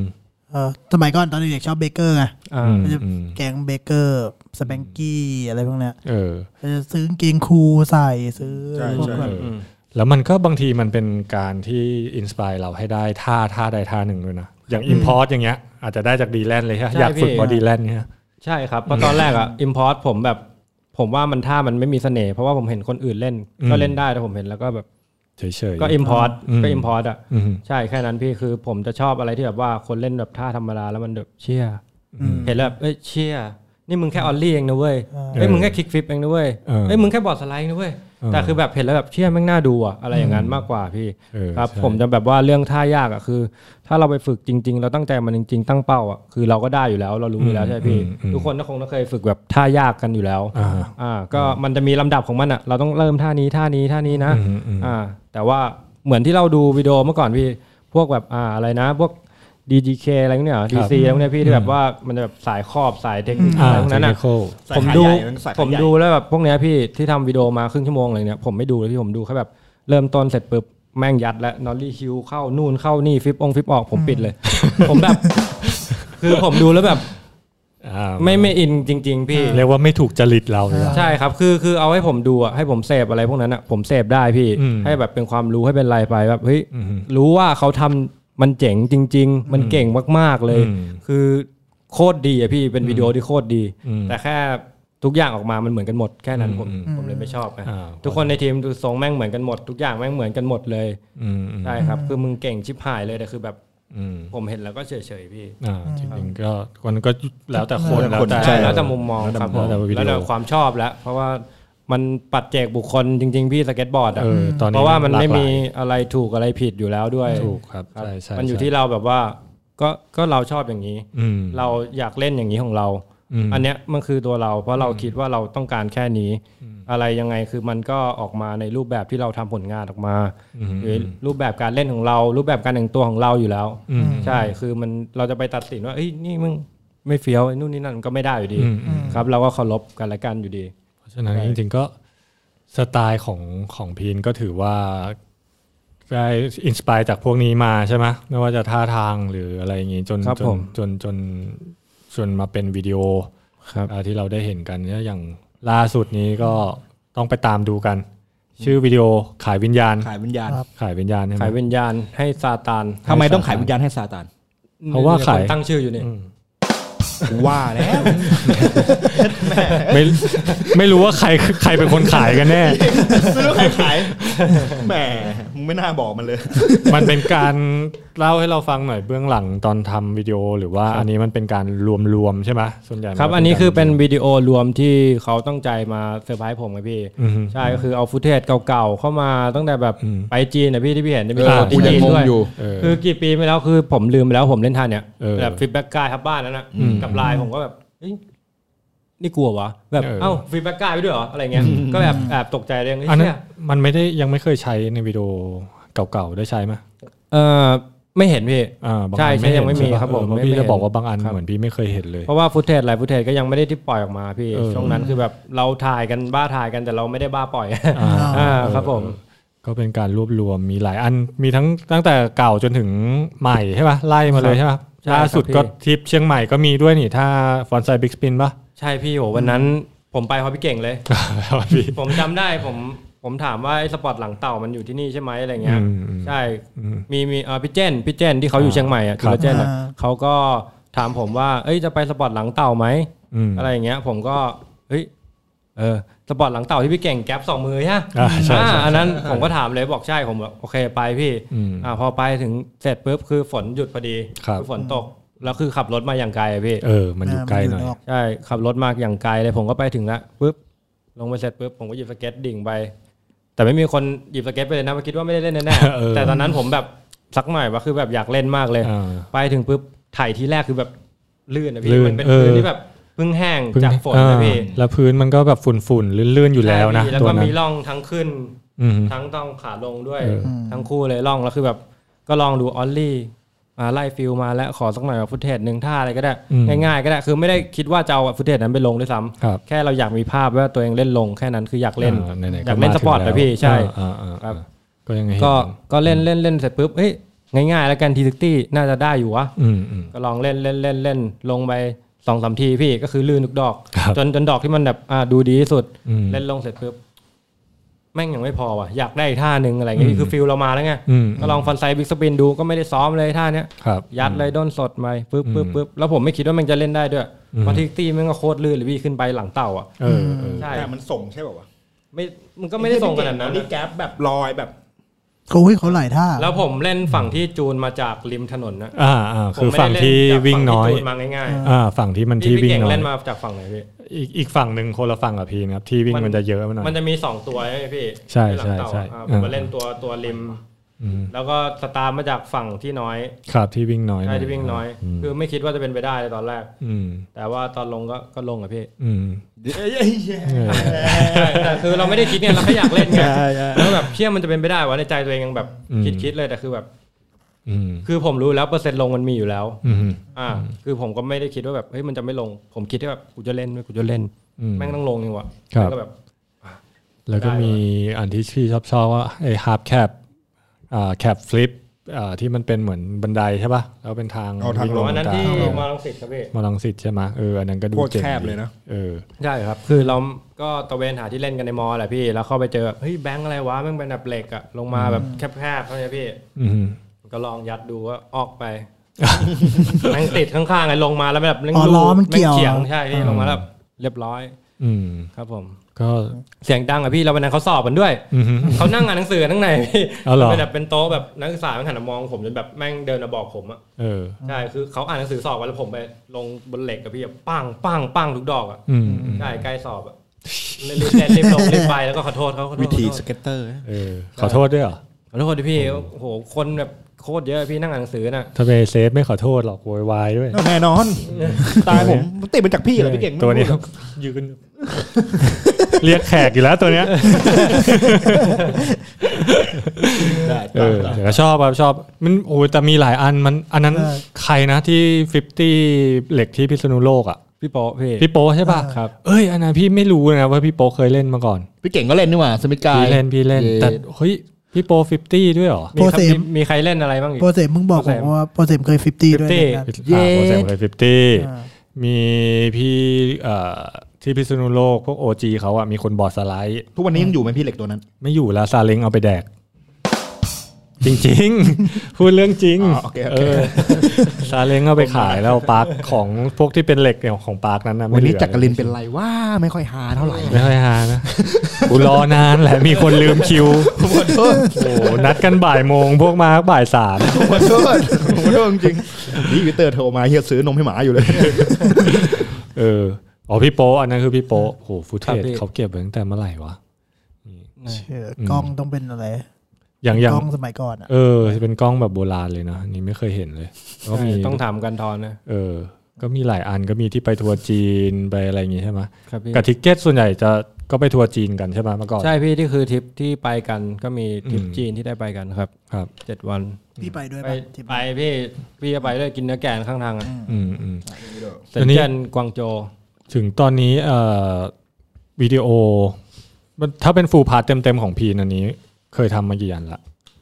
สมัยก่อนตอนเด็กชอบเบเกอร์ไงจะแกงเบเกอร์สแปงกี้อะไรพวกเนี้ยจะซื้อกางเกงคูใส่ซื้อพวกแบบแล้วมันก็บางทีมันเป็นการที่อินสไปร์เราให้ได้ท่าใดท่าหนึ่งด้วยนะอย่าง import อย่างเงี้ยอาจจะได้จากดีแลนด์เลยใช่อยากฝึกบอดี้แลนด์เนี่ยใช่ครับเพราะตอนแรกimport ผมว่ามันท่ามันไม่มีเสน่ห์เพราะว่าผมเห็นคนอื่นเล่นก็เล่นได้แต่ผมเห็นแล้วก็แบบเฉยๆก็ import ใช่แค่นั้นพี่คือผมจะชอบอะไรที่แบบว่าคนเล่นแบบท่าธรรมดาแล้วมันแบบเชี่ยเห็นแล้วเชี่ยนี่มึงแค่ออลลี่เองนะเว้ยมึงแค่คิกฟลิปเองนะเว้ยมึงแค่บอร์ดสไลด์นะเว้ยแต่คือแบบเห็นแล้วแบบเชี่ยแม่งน่าดูอะไรอย่างนั้นมากกว่าพี่ครับผมจะแบบว่าเรื่องท่ายากคือถ้าเราไปฝึกจริงๆเราตั้งใจมันจริงๆตั้งเป้าคือเราก็ได้อยู่แล้วเรารู้อยู่แล้วใช่พี่ทุกคนก็คงเคยฝึกแบบท่ายากกันอยู่แล้วก็มันจะมีลำดับของมันเราต้องเริ่มท่านี้นะแต่ว่าเหมือนที่เราดูวิดีโอเมื่อก่อนพี่พวกแบบอะไรนะพวกDGK อะไรพวกเนี้ย DC อะไรพวกเนี้ยพี่ที่แบบว่ามันแบบสายครอบสายเทคนิคอะไรพวกนั้นผมดูแล้วแบบพวกเนี้ยพี่ที่ทำวิดีโอมาครึ่งชั่วโมงอะไรเนี้ยผมไม่ดูเลยพี่ผมดูแค่แบบเริ่มต้นเสร็จปุ๊บแม่งยัดและนอลลี่ฮิลเข้านู่นเข้านี่ฟิปออกผมปิดเลย ผมแบบคือผมดูแล้วแบบไม่อินจริงๆพี่เรียกว่าไม่ถูกจริตเราเลยใช่ครับคือเอาให้ผมดูให้ผมเสพอะไรพวกนั้นผมเสพได้พี่ให้แบบเป็นความรู้ให้เป็นไรไปแบบเฮ้ยรู้ว่าเขาทำมันเจ๋งจริงๆมันเก่งมากๆเลยคือโคตรดีพี่เป็นวิดีโอที่โคตรดีแต่แค่ทุกอย่างออกมามันเหมือนกันหมดแค่นั้นผมเลยไม่ชอบทุกคนในทีมดูทรงแม่งเหมือนกันหมดทุกอย่างแม่งเหมือนกันหมดเลยใช่ครับคือมึงเก่งชิบหายเลยแต่คือแบบผมเห็นแล้วก็เฉยๆพี่จริงๆก็คนก็แล้วแต่คนแล้วแต่มุมมองครับแล้วแต่ความชอบแล้วเพราะว่ามันปัจเจกบุคคลจริงๆพี่สเก็ตบอร์ดเพราะว่ามันไม่มีอะไรถูกอะไรผิดอยู่แล้วด้วยถูกครับใช่มันอยู่ที่เราแบบว่าก็เราชอบอย่างนี้เราอยากเล่นอย่างนี้ของเราอันเนี้ยมันคือตัวเราเพราะเราคิดว่าเราต้องการแค่นี้อะไรยังไงคือมันก็ออกมาในรูปแบบที่เราทำผลงานออกมาหรือรูปแบบการเล่นของเรารูปแบบการแต่งตัวของเราอยู่แล้วใช่คือมันเราจะไปตัดสินว่าเอ้ยนี่มึงไม่เฟี้ยวนู่นนี่นั่นก็ไม่ได้อยู่ดีครับเราก็เคารพกันและกันอยู่ดีฉะนั้นจริงๆก็สไตล์ของพีนก็ถือว่าได้อินสไปร์จากพวกนี้มาใช่ไหมไม่ว่าจะท่าทางหรืออะไรอย่างงี้จนมาเป็นวิดีโอที่เราได้เห็นกันเนี่ยอย่างล่าสุดนี้ก็ต้องไปตามดูกันชื่อวิดีโอขายวิญญาณขายวิญญาณให้ซาตานทำไมต้องขายวิญญาณให้ซาตานเพราะว่าขายตั้งชื่ออยู่เนี่ยว่าแล้วไม่รู้ว่าใครเป็นคนขายกันแน่ไม่รู้ใครขายแหมมึงไม่น่าบอกมันเลยมันเป็นการเล่าให้เราฟังหน่อยเบื้องหลังตอนทำวิดีโอหรือว่าอันนี้มันเป็นการรวมใช่ไหมส่วนใหญ่ครับอันนี้คือเป็นวิดีโอรวมที่เขาตั้งใจมาเซอร์ไพรส์ผมครับพี่ใช่ก็คือเอาฟุตเทจเก่าๆเข้ามาตั้งแต่แบบไปจีนนะพี่ที่พี่เห็นในวิดีโอที่จีนด้วยคือกี่ปีไม่แล้วคือผมลืมไปแล้วผมเล่นท่าเนี้ยแบบฟีดแบ็กกายครับบ้านนั้นนะกับไลน์ผมก็แบบนี่กลัววะแบบฟีดแบ็กกายไปด้วยเหรออะไรเงี้ยก็แบบแอบตกใจเรื่องนี้เนี่ยมันไม่ได้ยังไม่เคยใช้ในวิดีโอเก่าๆได้ใช้ไหมไม่เห็นพี่ใช่ยังไม่มีครับผมพี่จะบอกว่าบางอันเหมือนพี่ไม่เคยเห็นเลยเพราะว่าฟุตเทจก็ยังไม่ได้ที่ปล่อยออกมาพี่ช่วงนั้นคือแบบเราถ่ายกันบ้าถ่ายกันแต่เราไม่ได้บ้าปล่อยครับผมก็เป็นการรวบรวมมีหลายอันมีตั้งแต่เก่าจนถึงใหม่ใช่ป่ะไล่มาเลยใช่ป่ะล่าสุดก็ทริปเชียงใหม่ก็มีด้วยนี่ถ้าฟอนไซบิ๊กสปินป่ะใช่พี่โหวันนั้นผมไปเพราะพี่เก่งเลยผมจำได้ผมถามว่าไอ้สปอร์ตหลังเต่ามันอยู่ที่นี่ใช่ไหมอะไรเงี้ยใช่มีพี่เจนที่เขาอยู่เชียงใหม่คือพี่เจนเขาก็ถามผมว่าจะไปสปอร์ตหลังเต่าไหมอะไรอย่างเงี้ยผมก็สปอร์ตหลังเต่าที่พี่เก่งแก๊ป2 มือใช่ไหมอันนั้นผมก็ถามเลยบอกใช่ผมบอกโอเคไปพี่พอไปถึงเสร็จปุ๊บคือฝนหยุดพอดีฝนตกแล้วคือขับรถมาอย่างไกลพี่มันอยู่ไกลหน่อยใช่ขับรถมาอย่างไกลเลยผมก็ไปถึงแล้วปุ๊บลงไปเสร็จปุ๊บผมก็หยิบสเก็ตดิ่งไปแต่ไม่มีคนหยิบสเก็ตไปเลยนะคิดว่าไม่ได้เล่นแน่ๆแต่ตอนนั้นผมแบบสักหน่อยว่าคือแบบอยากเล่นมากเลยไปถึงปุ๊บถ่ายทีแรกคือแบบลื่นนะพี่มันเป็นพื้นที่แบบเพิ่งแห้งจากฝนนะพี่แล้วพื้นมันก็แบบฝุ่นๆลื่นๆอยู่แล้วนะแล้วก็มีร่องทั้งขึ้นทั้งต้องขาลงด้วยทั้งคู่เลยร่องแล้วคือแบบก็ลองดูออลลี่ไล่ฟิลมาแล้วขอสักหน่อยฟุตเทจ1ท่าอะไรก็ได้ง่ายๆก็ได้คือไม่ได้คิดว่าจะเอาฟุตเทจนั้นไปลงด้วยซ้ำแค่เราอยากมีภาพว่าตัวเองเล่นลงแค่นั้นคืออยากเล่นสปอร์ตนะพี่ใช่ครับก็เล่นเสร็จปุ๊บง่ายๆแล้วกันT60น่าจะได้อยู่วะก็ลองเล่นลงไป 2-3 ทีพี่ก็คือลื่นทุกดอกจนดอกที่มันแบบดูดีที่สุดเล่นลงเสร็จปุ๊บแม่งยังไม่พอว่ะอยากได้อีกท่านึงอะไรเงี้ยคือฟิลเรามาแล้วไงก็ลองฟันไซบิ๊กสปินดูก็ไม่ได้ซ้อมเลยท่าเนี้ยยัดเลยด้นสดไปปึ๊บแล้วผมไม่คิดว่ามันจะเล่นได้ด้วยพอT60มันก็โคตรลื่นเลยพี่ขึ้นไปหลังเต่าอ่ะใช่แต่มันส่งใช่ป่าววะไม่มันก็ไม่ได้ส่งขนาดนั้นนี่แก๊ปแบบลอยแบบเขาหลายท่าแล้วผมเล่นฝั่งที่จูนมาจากริมถนนนะคือฝั่งที่วิ่งน้อยมาง่ายฝั่งที่มันที่วิ่งน้อยเล่นมาจากฝั่งไหนพี่อีกฝั่งนึงคนละฝั่งกับพีนะครับที่วิ่งมันจะเยอะหน่อยมันจะมี2ตัวใช่มั้ยพี่ใช่ผมมาเล่นตัวริมแล้วก็สตาร์ทมาจากฝั่งที่น้อยครับที่วิ่งน้อยใช่ที่วิ่งน้อยคือไม่คิดว่าจะเป็นไปได้ในตอนแรกแต่ว่าตอนลงก็ลงอ่ะพี่แต่คือเราไม่ได้คิดไงเราแค่อยากเล่นไงแล้วแบบเชื่อมันจะเป็นไปได้วะในใจตัวเองยังแบบคิดเลยแต่คือแบบคือผมรู้แล้วเปอร์เซ็นต์ลงมันมีอยู่แล้วคือผมก็ไม่ได้คิดว่าแบบเฮ้ยมันจะไม่ลงผมคิดว่าแบบกูจะเล่นแม่งต้องลงนี่วะก็แบบแล้วก็มีอันที่พี่ชอบว่าไอ้ฮาร์ปแคปแคปฟลิปที่มันเป็นเหมือนบันไดใช่ป่ะแล้วเป็นทางวิ่งลงอันนั้นที่มาลังสิตครับพี่มาลังสิตใช่ไหมอันนั้นก็ดูเจ๋งแคบเลยนะใช่ครับคือเราก็ตะเวนหาที่เล่นกันในมอแหละพี่แล้วเข้าไปเจอเฮ้ยแบงค์อะไรวะแม่งเป็นแบบเหล็กอะลงมาแบบแคบๆเท่านี้พี่ก็ลองยัดดูว่าออกไปแม่งติดข้างๆไอ้ลงมาแล้วแบบล้อมันเกี่ยวใช่พี่ลงมาแล้วเรียบร้อยครับผมก็เสียงดังอ่ะพี่เราวันนั้นเขาสอบกันด้วยเขานั่งอ่านหนังสือข้างในพี่เป็นแบบเป็นโต๊ะแบบนักศึกษาหันมามองผมจนแบบแม่งเดินมาบอกผมอ่ะใช่คือเขาอ่านหนังสือสอบไว้แล้วผมไปลงบนเหล็กกับพี่ปังทุกดอกอ่ะใช่ใกล้สอบอ่ะรีบลงรีบไปแล้วก็ขอโทษเขาวิธีสเก็ตเตอร์ขอโทษด้วยเหรอขอโทษดิพี่โอ้โหคนแบบโคตรเยอะพี่นั่งอ่านหนังสือน่ะถ้าไปเซฟไม่ขอโทษหรอกโวยวายด้วยแน่นอนตายผมติดมาจากพี่เลยพี่เก่งตัวนี้ยืนเรียกแขกอยู่แล้วตัวเนี้ยแต่ชอบครับชอบมันโอ้แต่มีหลายอันมันอันนั้นใครนะที่50เหล็กที่พิษณุโลกอ่ะพี่โป๊พี่โป๊ใช่ป่ะครับอันนั้นพี่ไม่รู้นะว่าพี่โป๊เคยเล่นมาก่อนพี่เก่งก็เล่นนี่หว่าสมิธกายพี่เล่นแต่เฮ้ยพี่โป๊50ด้วยเหรอมีใครเล่นอะไรบ้างอีกโปรเซมมึงบอกผมว่าโปรเซมเคย50ด้วยนะโปรเซมเคย50มีพี่ที่พิษณุโลกพวก OG เขาอะมีคนบอร์ดสไลด์ทุกวันนี้ยังอยู่ไหมพี่เหล็กตัวนั้นไม่อยู่แล้วซาเล้งเอาไปแดกจริงๆพูดเรื่องจริงซาเล้งเอาไปขายแล้วปาร์คของพวกที่เป็นเหล็กเนี่ยของปาร์คนั้นนะวันนี้จักรินเป็นไรว่าไม่ค่อยหาเท่าไหร่ไม่ค่อยหานะกูรอนานแหละมีคนลืมคิวโอ้นัดกันบ่ายโมงพวกมาบ่าย3 ขอโทษจริงนี่วิเตอร์โทรมาเฮียซื้อนมให้หมาอยู่เลยพี่โป๊อันนั้นคือพี่โป๊โหฟุตเทจเขาเก็บไว้ตั้งแต่เมื่อไหร่วะกล้องต้องเป็นอะไรอย่างกล้องสมัยก่อนอ่ะเป็นกล้องแบบโบราณเลยนะนี่ไม่เคยเห็นเลยก็มีต้องถามกันทอนนะก็มีหลายอันก็มีที่ไปทัวร์จีนไปอะไรอย่างงี้ใช่ไหมกับทิกเก็ตส่วนใหญ่ก็ไปทัวร์จีนกันใช่ไหมเมื่อก่อนใช่พี่ที่คือทริปที่ไปกันก็มีทริปจีนที่ได้ไปกันครับ7 วันพี่ไปด้วยไปพี่จะไปด้วยกินเนื้อแกะข้างทางอ่ะเซินเจิ้นกวางโจวถึงตอนนี้วิดีโอถ้าเป็นฟูลพาร์ทเต็มๆของพีนอันนี้เคยทำมากี่อันละ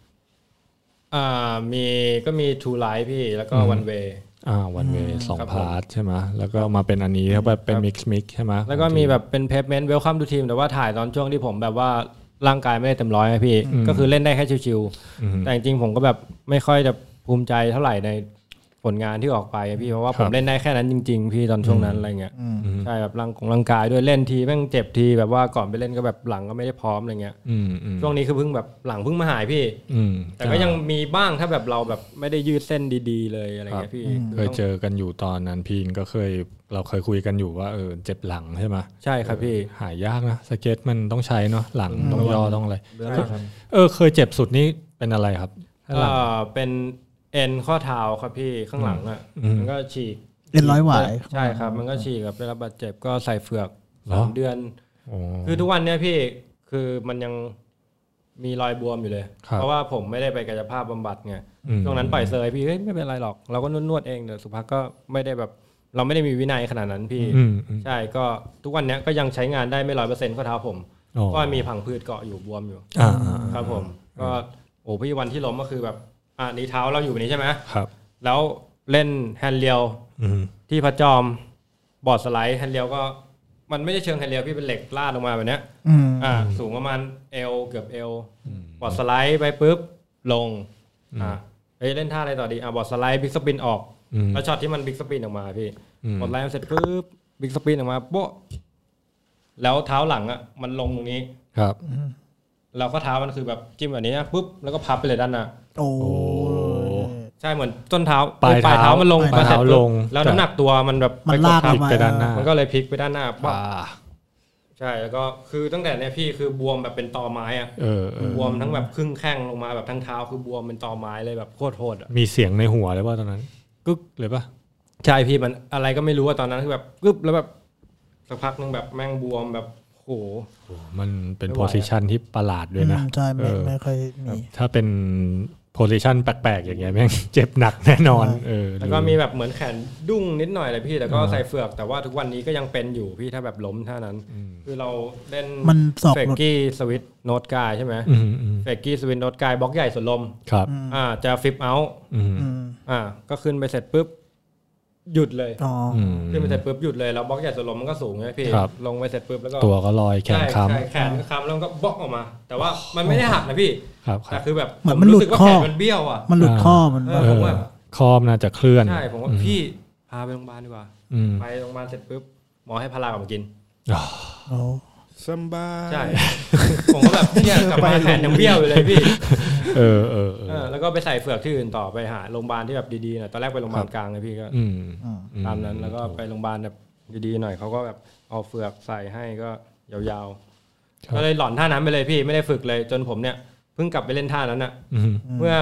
ก็มี Two Light พี่แล้วก็ One Way One Way 2 พาร์ทใช่ไหมแล้วก็มาเป็นอันนี้แล้วแบบเป็น mix ใช่ไหมแล้วก็มีแบบเป็น Pavement Welcome to Team แต่ว่าถ่ายตอนช่วงที่ผมแบบว่าร่างกายไม่ได้เต็มร้อยนะพี่ก็คือเล่นได้แค่ชิวๆแต่จริงๆผมก็แบบไม่ค่อยจะภูมิใจเท่าไหร่ในผลงานที่ออกไปพี่เพราะว่าผมเล่นได้แค่นั้นจริงๆพี่ตอนช่วงนั้นอะไรเงี้ยใช่แบบร่างกายด้วยเล่นทีแม่งเจ็บทีแบบว่าก่อนไปเล่นก็แบบหลังก็ไม่ได้พร้อมอะไรเงี้ยช่วงนี้คือเพิ่งแบบหลังเพิ่งมาหายพี่แต่ก็ยังมีบ้างถ้าแบบเราแบบไม่ได้ยืดเส้นดีๆเลยอะไรเงี้ยพี่เคยเจอกันอยู่ตอนนั้นพีนก็เราเคยคุยกันอยู่ว่าเจ็บหลังใช่ไหมใช่ครับพี่หายยากนะสเก็ตมันต้องใช้เนาะหลังต้องย่อต้องอะไรเคยเจ็บสุดนี่เป็นอะไรครับเป็นเอ็นข้อเท้าครับพี่ข้างหลังอ่ะมันก็ฉีกเอ็นร้อยหวายใช่ครับมันก็ฉีกครับได้รับบาดเจ็บก็ใส่เฟือก3 เดือนคือทุกวันเนี้ยพี่คือมันยังมีรอยบวมอยู่เลยเพราะว่าผมไม่ได้ไปกายภาพบำบัดไงช่วงนั้นปล่อยเซยพี่ไม่เป็นไรหรอกเราก็นวดเองเดี๋ยวสุภักก็ไม่ได้แบบเราไม่ได้มีวินัยขนาดนั้นพี่ใช่ก็ทุกวันเนี้ยก็ยังใช้งานได้ไม่ 100% ข้อเท้าผมก็มีพังผืดเกาะอยู่บวมอยู่ครับผมก็พี่วันที่ล้มก็คือแบบนี้เท้าเราอยู่นี้ใช่ไหมครับแล้วเล่นแฮนด์เรียวที่พระจอมบอร์ดสไลด์แฮนด์เรียวก็มันไม่ใช่เชิงแฮนด์เรียวพี่เป็นเหล็กลาดลงมาแบบเนี้ยสูงประมาณเอวเกือบเอวบอร์ดสไลด์ไปปุ๊บลงเล่นท่าอะไรต่อดีบอร์ดสไลด์บิ๊กสปินออกแล้วช็อตที่มันบิ๊กสปินออกมาพี่บอร์ดสไลด์เสร็จปุ๊บบิ๊กสปินออกมาโป๊ะแล้วเท้าหลังมันลงตรงนี้ครับแล้วก็เท้ามันคือแบบจิ้มแบบนี้ปุ๊บแล้วก็พับไปเลยด้านหน้าโอ้ใช่เหมือนต้นเท้าปลายเท้ามันลงปลายเท้าลงแล้วน้ำหนักตัวมันแบบมันลากไปด้านหน้ามันก็เลยพลิกไปด้านหน้าใช่แล้วก็คือตั้งแต่เนี่ยพี่คือบวมแบบเป็นตอไม้บวมทั้งแบบครึ่งแข้งลงมาแบบทั้งเท้าคือบวมเป็นตอไม้เลยแบบโคตรโหดมีเสียงในหัวเลยว่าตอนนั้นกึกเลยป่ะใช่พี่มันอะไรก็ไม่รู้ว่าตอนนั้นคือแบบกึบแล้วแบบสักพักนึงแบบแม่งบวมแบบโหมันเป็นโพสิชันที่ประหลาดด้วยนะใช่ไม่เคยมีถ้าเป็นโพสิชันแปลกๆอย่างเงี้ยแม่งเจ็บหนักแน่นอนแล้วก็มีแบบเหมือนแขนดุ้งนิดหน่อยเลยพี่แต่ก็ใส่เฟือกแต่ว่าทุกวันนี้ก็ยังเป็นอยู่พี่ถ้าแบบล้มท่านั้นคือเราเล่นเฟกกี้สวิตโนตกายใช่ไหมเฟกกี้สวิตโนตกายบล็อกใหญ่สุดลมครับจะฟลิปเอาท์ก็ขึ้นไปเสร็จปุ๊บหยุดเลยขึ้นไปเสร็จปุ๊บหยุดเลยแล้วบล็อกใหญ่สุดลมมันก็สูงใช่ไหมพี่ลงไปเสร็จปุ๊บแล้วก็ตัวก็ลอยแขนค้ำแขนค้ำแล้วก็บล็อกออกมาแต่ว่ามันไม่ได้หักนะพี่แต่คือแบบเหมือนมันหลุดข้อมันเบี้ยวอ่ะมันหลุดข้อมันข้อน่าจะเคลื่อนใช่ผมว่าพี่พาไปโรงพยาบาลดีกว่าไปโรงพยาบาลเสร็จปุ๊บหมอให้พารากลับมากินสบายใช่ผมก็แบบเนี่ยกลับมาแขนยังเบี้ยวอยู่เลยพี่แล้วก็ไปใส่เฟือกที่อื่นต่อไปหาโรงพยาบาลที่แบบดีๆหน่อยตอนแรกไปโรงพยาบาลกลางเลยพี่ก็ตามนั้นแล้วก็ไปโรงพยาบาลแบบดีๆหน่อยเขาก็แบบเอาเฟือกใส่ให้ก็ยาวๆก็เลยหล่อนท่านั้นไปเลยพี่ไม่ได้ฝึกเลยจนผมเนี่ยเพิ่งกลับไปเล่นท่านั้นน่ะเมื่อ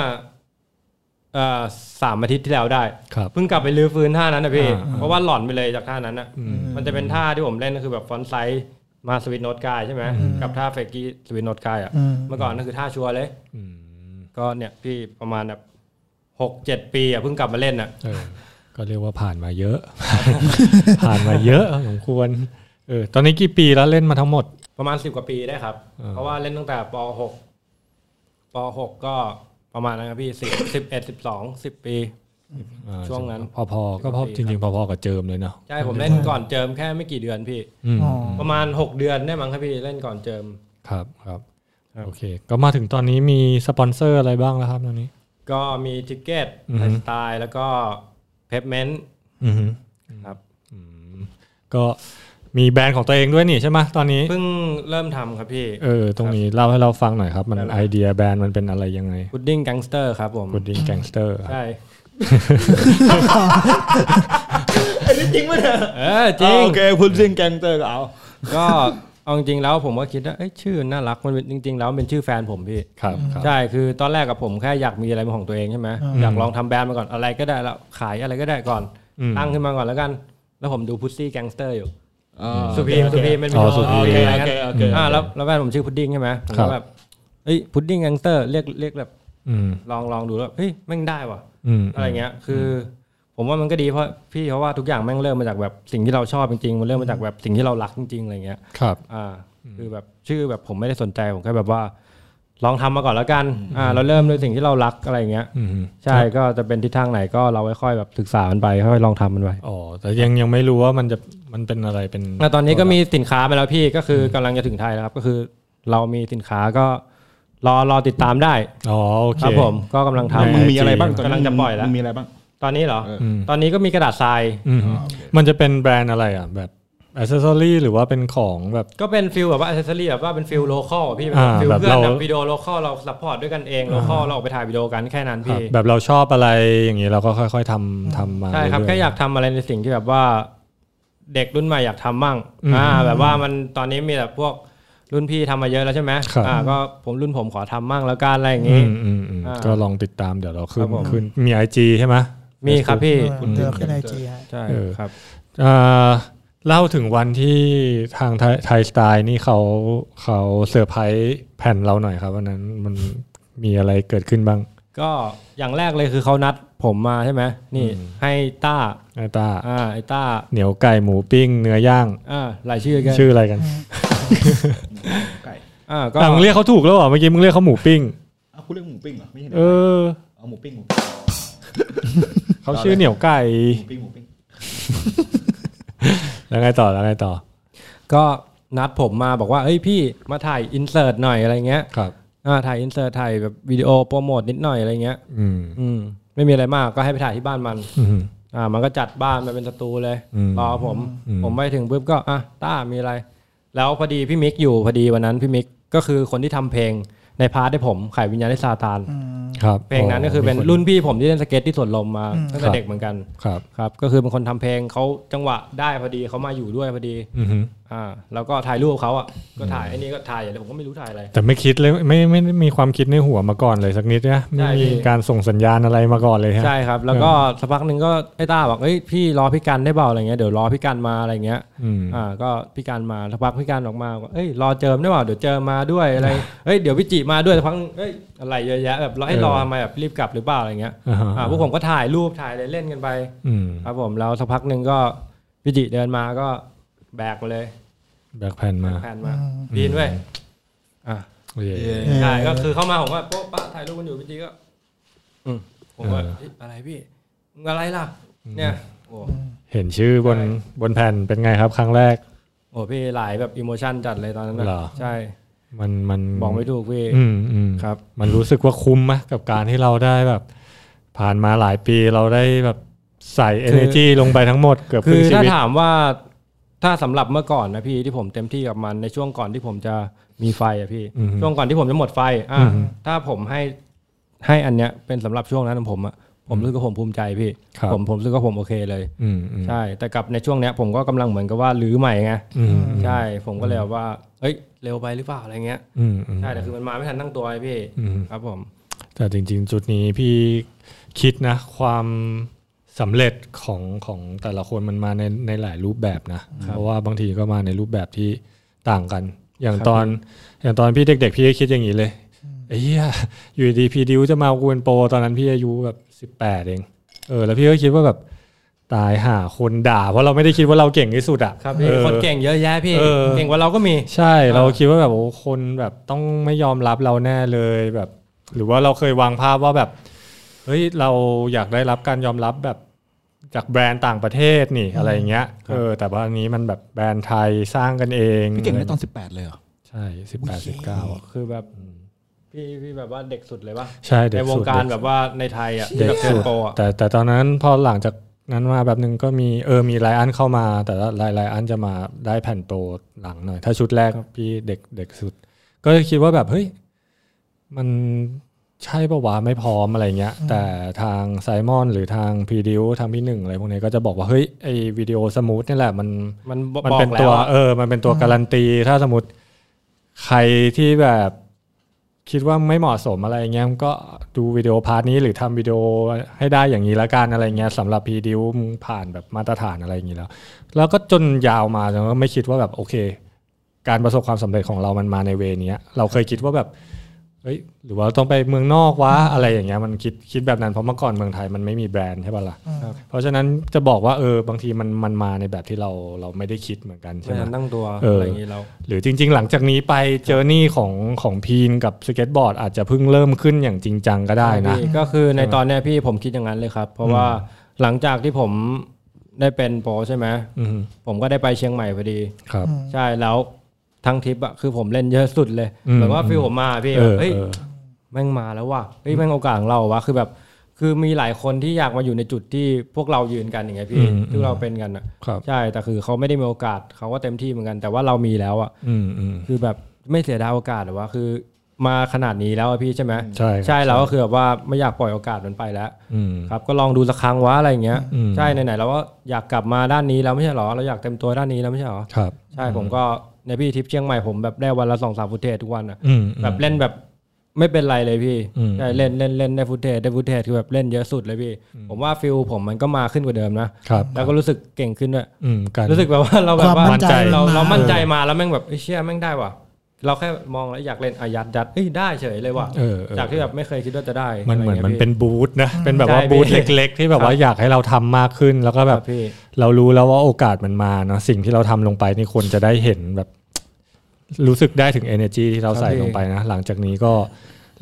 3 อาทิตย์ที่แล้วได้เพิ่งกลับไปลื้อฟื้นท่านั้นนะพี่เพราะว่าหล่อนไปเลยจากท่านั้นน่ะมันจะเป็นท่าที่ผมเล่นก็คือแบบฟอนต์ไซส์มาสวิตโนตกายใช่ไหมกับท่าเฟกกี้สวิตโนตกายเมื่อก่อนนั่นคือท่าชัวร์เลยก็เนี่ยพี่ประมาณแบบ6-7 ปีเพิ่งกลับมาเล่นก็เรียกว่าผ่านมาเยอะ ผ่านมาเยอะสมควรตอนนี้กี่ปีแล้วเล่นมาทั้งหมดประมาณ10 กว่าปีได้ครับเพราะว่าเล่นตั้งแต่ป.6 ก็ประมาณนั้นครับพี่11 12 10 ปีช่วงนั้นพอก็จริงๆพอกับเจิมเลยเนาะใช่ผมเล่นก่อนเจิมแค่ไม่กี่เดือนพี่ประมาณ6 เดือนได้มั้งครับพี่เล่นก่อนเจิมครับโอเคก็มาถึงตอนนี้มีสปอนเซอร์อะไรบ้างแล้วครับตอนนี้ก็มีทิกเก็ตไลฟ์สไตล์แล้วก็เพปเมนต์ครับก็มีแบรนด์ของตัวเองด้วยนี่ใช่ไหมตอนนี้เพิ่งเริ่มทำครับพี่ตรงนี้เล่าให้เราฟังหน่อยครับมันไอเดียแบรนด์มันเป็นอะไรยังไงพุดดิ้งแก๊งสเตอร์ครับผมพุดดิ้งแก๊งสเตอร์ใช่อันนี้จริงมั้ยเนี่ยจริงโอเคพุดดิ้งแก๊งสเตอร์ก็เอาจริงแล้วผมก็คิดว่าชื่อน่ารักมันจริงๆแล้วเป็นชื่อแฟนผมพี่ครับใช่คือตอนแรกกับผมแค่อยากมีอะไรเป็นของตัวเองใช่ไหมอยากลองทำแบรนด์มาก่อนอะไรก็ได้แล้วขายอะไรก็ได้ก่อนตั้งขึ้นมาก่อนแล้วกันแล้วผมดูพุดดี้แก๊งสเตอร์อยู่สุพีเป็นวิดีโออะไรกันแล้วแฟนผมชื่อพุดดิ้งใช่ไหมผมก็แบบพุดดิ้งแก๊งสเตอร์เรียกแบบลองดูแล้วแม่งได้ว่ะอะไรเงี้ยคือผมว่ามันก็ดีเพราะว่าทุกอย่างแม่งเริ่มมาจากแบบสิ่งที่เราชอบจริงๆมันเริ่มมาจากแบบสิ่งที่เรารักจริงๆอะไรเงี้ยครับคือแบบชื่อแบบผมไม่ได้สนใจผมแค่แบบว่าลองทำมาก่อนแล้วกันเราเริ่มด้วยสิ่งที่เรารักอะไรเงี้ยใช่ก็จะเป็นทิศทางไหนก็เราค่อยๆแบบศึกษามันไปค่อยๆลองทำมันไปแต่ยังไม่รู้ว่ามันเป็นอะไรเป็นตอนนี้ก็มีสินค้าไปแล้วพี่ก็คือกำลังจะถึงไทยแล้วครับก็คือเรามีสินค้าก็รอติดตามได้โอเคครับผมก็กำลังทำมึงมีอะไรบ้างกำลังจะปล่อยแล้วมีอะไรบ้างตอนนี้เหรอตอนนี้ก็มีกระดาษทรายมันจะเป็นแบรนด์อะไรแบบอ c เซสซอรี่หรือว่าเป็นของแบบก็เป็นฟิลแบบว่าอ c เซสซอรี่แบบว่าเป็นฟิลโลคอลพี่เป็นฟิลเพื่อนแบบวิดีโอโลคอลเราซัพพอร์ตด้วยกันเองโลคอลเราออกไปถ่ายวิดีโอกันแค่นั้นพี่แบบเราชอบอะไรอย่างนี้เราก็ค่อยๆทำมาใช่ครับแค่อยากทำอะไรในสิ่งที่แบบว่าเด็กรุ่นใหม่อยากทำบ้างแบบว่ามันตอนนี้มีแบบพวกรุ่นพี่ทำมาเยอะแล้วใช่ไหมก็รุ่นผมขอทำมั่งแล้วกันอะไรอย่างนี้ก็ลองติดตามเดี๋ยวเราขึ้นมี IG ใช่ไหมมีครับพี่เดี๋ยวขึ้น IG ใช่ครับเล่าถึงวันที่ทางไทยสไตล์นี่เขาเซอร์ไพรส์แผ่นเราหน่อยครับวันนั้นมันมีอะไรเกิดขึ้นบ้างก็อย่างแรกเลยคือเขานัดผมมาใช่ไหมนี่ให้ต้าไอ้ต้าเหนียวไก่หมูปิ้งเนื้อย่างหลายชื่อกันชื่ออะไรกันไก่ก็มึงเรียกเขาถูกแล้วเหรอเมื่อกี้มึงเรียกเขาหมูปิ้งคุณเรียกหมูปิ้งเหรอไม่ใช่เอาหมูปิ้งเขาชื่อเหนียวไก่หมูปิ้งแล้วไงต่อก็นัดผมมาบอกว่าเอ้ยพี่มาถ่ายอินเสิร์ตหน่อยอะไรเงี้ยครับถ่ายอินเสิร์ตถ่ายแบบวิดีโอโปรโมทนิดหน่อยอะไรเงี้ยไม่มีอะไรมากก็ให้ไปถ่ายที่บ้านมันมันก็จัดบ้านมาเป็นสตูเลยรอผมไปถึงปุ๊บก็ต้ามีอะไรแล้วพอดีพี่มิกอยู่พอดีวันนั้นพี่มิกก็คือคนที่ทำเพลงในพาร์ทให้ผมไขวิญญาณในซาตานครับเพลงนั้นก็คือเป็นรุ่นพี่ผมที่เล่นสเก็ตที่สวนลมมาตั้งแต่เด็กเหมือนกันครับก็คือเป็นคนทำเพลงเขาจังหวะได้พอดีเขามาอยู่ด้วยพอดีแล้วก็ถ่ายรูปเขาก็ถ่ายไอ้นี่ก็ถ่ายอะไรผมก็ไม่รู้ถ่ายอะไรแต่ไม่คิดเลยไม่มีความคิดในหัวมาก่อนเลยสักนิดนะไม่มีการส่งสัญญาณอะไรมาก่อนเลยใช่ครับแล้วก็สักพักนึงก็ไอ้ต้าบอกเอ้ยพี่รอพี่กันได้เปล่าอะไรเงี้ยเดี๋ยวรอพี่กันมาอะไรเงี้ยก็พี่กันมาสักพักพี่กันออกมาเอ้ยรอเจิมได้เปล่าเดี๋ยวเจิมมาด้วยอะไรเอ้ยเดี๋ยวพี่จิมาด้วยสักพักเอ้ยอะไรเยอะแยะแบบให้รอทำไมแบบรีบกลับหรือเปล่าอะไรเงี้ยพวกผมก็ถ่ายรูปถ่ายอะไรเล่นกันไปครับผมแล้วสักพักนึงก็พี่จิเดินมาก็แบกมาเลยแบกแผ่นมาดีนด้วยใช่ก็คือเข้ามาผมว่าโป๊ะปะถ่ายรูปกันอยู่พี่จีก็ผมว่าอะไรพี่อะไรล่ะเนี่ยเห็นชื่อบนแผ่นเป็นไงครับครั้งแรกโอ้พี่หลายแบบอิโมชันจัดเลยตอนนั้นนะใช่มันบอกไม่ถูกพี่ครับมันรู้สึกว่าคุ้มไหมกับการที่เราได้แบบผ่านมาหลายปีเราได้แบบใส่ energy ลงไปทั้งหมดเกือบครึ่งชีวิตคือถ้าถามว่าถ้าสำหรับเมื่อก่อนนะพี่ที่ผมเต็มที่กับมันในช่วงก่อนที่ผมจะมีไฟอะพี่ช่วงก่อนที่ผมจะหมดไฟถ้าผมให้อันเนี้ยเป็นสำหรับช่วงนั้นของผมอะผมรู้สึกว่าผมภูมิใจพี่ผมรู้สึกว่าผมโอเคเลยใช่แต่กับในช่วงเนี้ยผมก็กำลังเหมือนกับว่ารื้อใหม่ไงใช่ผมก็เลยว่าเอ้ยเร็วไปหรือเปล่าอะไรเงี้ยใช่แต่คือมันมาไม่ทันตั้งตัวพี่ครับผมแต่จริงๆจุดนี้พี่คิดนะความสำเร็จของแต่ละคนมันมาในหลายรูปแบบนะเพราะว่าบางทีก็มาในรูปแบบที่ต่างกันอย่างตอนพี่เด็กๆพี่คิดอย่างนี้เลยไอ้เหี้ยอยู่ดีพี่ดิวจะมากูเป็นโปรตอนนั้นพี่อายุแบบ18เองแล้วพี่ก็คิดว่าแบบตายหาคนด่าเพราะเราไม่ได้คิดว่าเราเก่งที่สุดอ่ะครับคนเก่งเยอะแยะพี่เก่งกว่าเราก็มีใช่เราคิดว่าแบบโอ้คนแบบต้องไม่ยอมรับเราแน่เลยแบบหรือว่าเราเคยวางภาพว่าแบบเฮ้ยเราอยากได้รับการยอมรับแบบจากแบรนด์ต่างประเทศนี่อะไรเงี้ยแต่ว่าอันนี้มันแบบแบรนด์ไทยสร้างกันเองพี่เก่งได้ตอน18เลยเหรอใช่18 19 คือแบบพี่แบบว่าเด็กสุดเลยป่ะใช่ในวงการแบบว่าในไทยอ่ะเด็กสุดแต่ตอนนั้นพอหลังจากนั้นมาแบบนึงก็มีไลอันเข้ามาแต่ละไลอันจะมาได้แผ่นโปรหลังหน่อยถ้าชุดแรกพี่เด็กสุดก็คิดว่าแบบเฮ้ยมันใช่ป่าววะไม่พร้อมอะไรเงี้ยแต่ทางไซมอนหรือทางพีดิวทางพี่หนึ่งอะไรพวกนี้ก็จะบอกว่าเฮ้ยไอวิดีโอสมูทนี่แหละมันเป็นตัวมันเป็นตัวการันตีถ้าสมมติใครที่แบบคิดว่าไม่เหมาะสมอะไรเงี้ยก็ดูวิดีโอพาร์ทนี้หรือทำวิดีโอให้ได้อย่างนี้ละกันอะไรเงี้ยสำหรับพีดิวผ่านแบบมาตรฐานอะไรอย่างนี้แล้วก็จนยาวมาจนก็ไม่คิดว่าแบบโอเคการประสบความสำเร็จของเรามันมาในเวนี้เราเคยคิดว่าแบบเฮ้ยหรือว่าต้องไปเมืองนอกวะอะไรอย่างเงี้ยมันคิดแบบนั้นเพราะเมื่อก่อนเมืองไทยมันไม่มีแบรนด์ใช่ป่ะล่ะเพราะฉะนั้นจะบอกว่าบางทีมันมาในแบบที่เราไม่ได้คิดเหมือนกันใช่ไหมตั้งตัวอะไรอย่างงี้เราหรือจริงๆหลังจากนี้ไปเจอร์นี่ของพีนกับสเก็ตบอร์ดอาจจะเพิ่งเริ่มขึ้นอย่างจริงจังก็ได้นะก็คือในตอนนี้พี่ผมคิดอย่างนั้นเลยครับเพราะว่าหลังจากที่ผมได้เป็นโปรใช่ไหมผมก็ได้ไปเชียงใหม่พอดีใช่แล้วทั้งทริปอะคือผมเล่นเยอะสุดเลยเหมือนว่าฟีลผมมาพี่เฮ้ยแม่งมาแล้วว่ะเฮ้ยแม่งโอกาสของเราวะคือแบบคือมีหลายคนที่อยากมาอยู่ในจุดที่พวกเรายืนกันอย่างเงี้ยพี่ที่เราเป็นกันอะใช่แต่คือเขาไม่ได้มีโอกาสเขาก็เต็มที่เหมือนกันแต่ว่าเรามีแล้วอะคือแบบไม่เสียดายโอกาสหรอวะคือมาขนาดนี้แล้วพี่ใช่ไหมใช่เราก็คือแบบว่าไม่อยากปล่อยโอกาสมันไปแล้วครับก็ลองดูสักครั้งวะอะไรอย่างเงี้ยใช่ไหนๆเราก็อยากกลับมาด้านนี้แล้วไม่ใช่หรอเราอยากเต็มตัวด้านนี้แล้วไม่ใช่หรอใช่ผมก็ในพี่ทริปเชียงใหม่ผมแบบได้วันละ 2-3 ฟุตเทจทุกวันอ่ะแบบเล่นแบบไม่เป็นไรเลยพี่ใช่เล่นได้ฟุตเทจคือแบบเล่นเยอะสุดเลยพี่ผมว่าฟิลผมมันก็มาขึ้นกว่าเดิมนะแล้วก็รู้สึกเก่งขึ้นด้วยรู้สึกแบบว่าเราแบบว่าเรามั่นใจมาแล้วแม่งแบบเชี่ยแม่งได้ว่ะเราแค่มองแล้วอยากเล่นยัดได้เฉยเลยว่ะจากที่แบบไม่เคยคิดว่าจะได้มันเหมือนมันเป็นบูธนะเป็นแบบว่าบูธเล็กๆที่แบบว่าอยากให้เราทำมากขึ้นแล้วก็แบบเรารู้แล้วว่าโอกาสมันมาเนาะสิ่งที่เราทำลงไปนี่คนจะได้เห็นแบบรู้สึกได้ถึง energy ที่เราใส่ลงไปนะหลังจากนี้ก็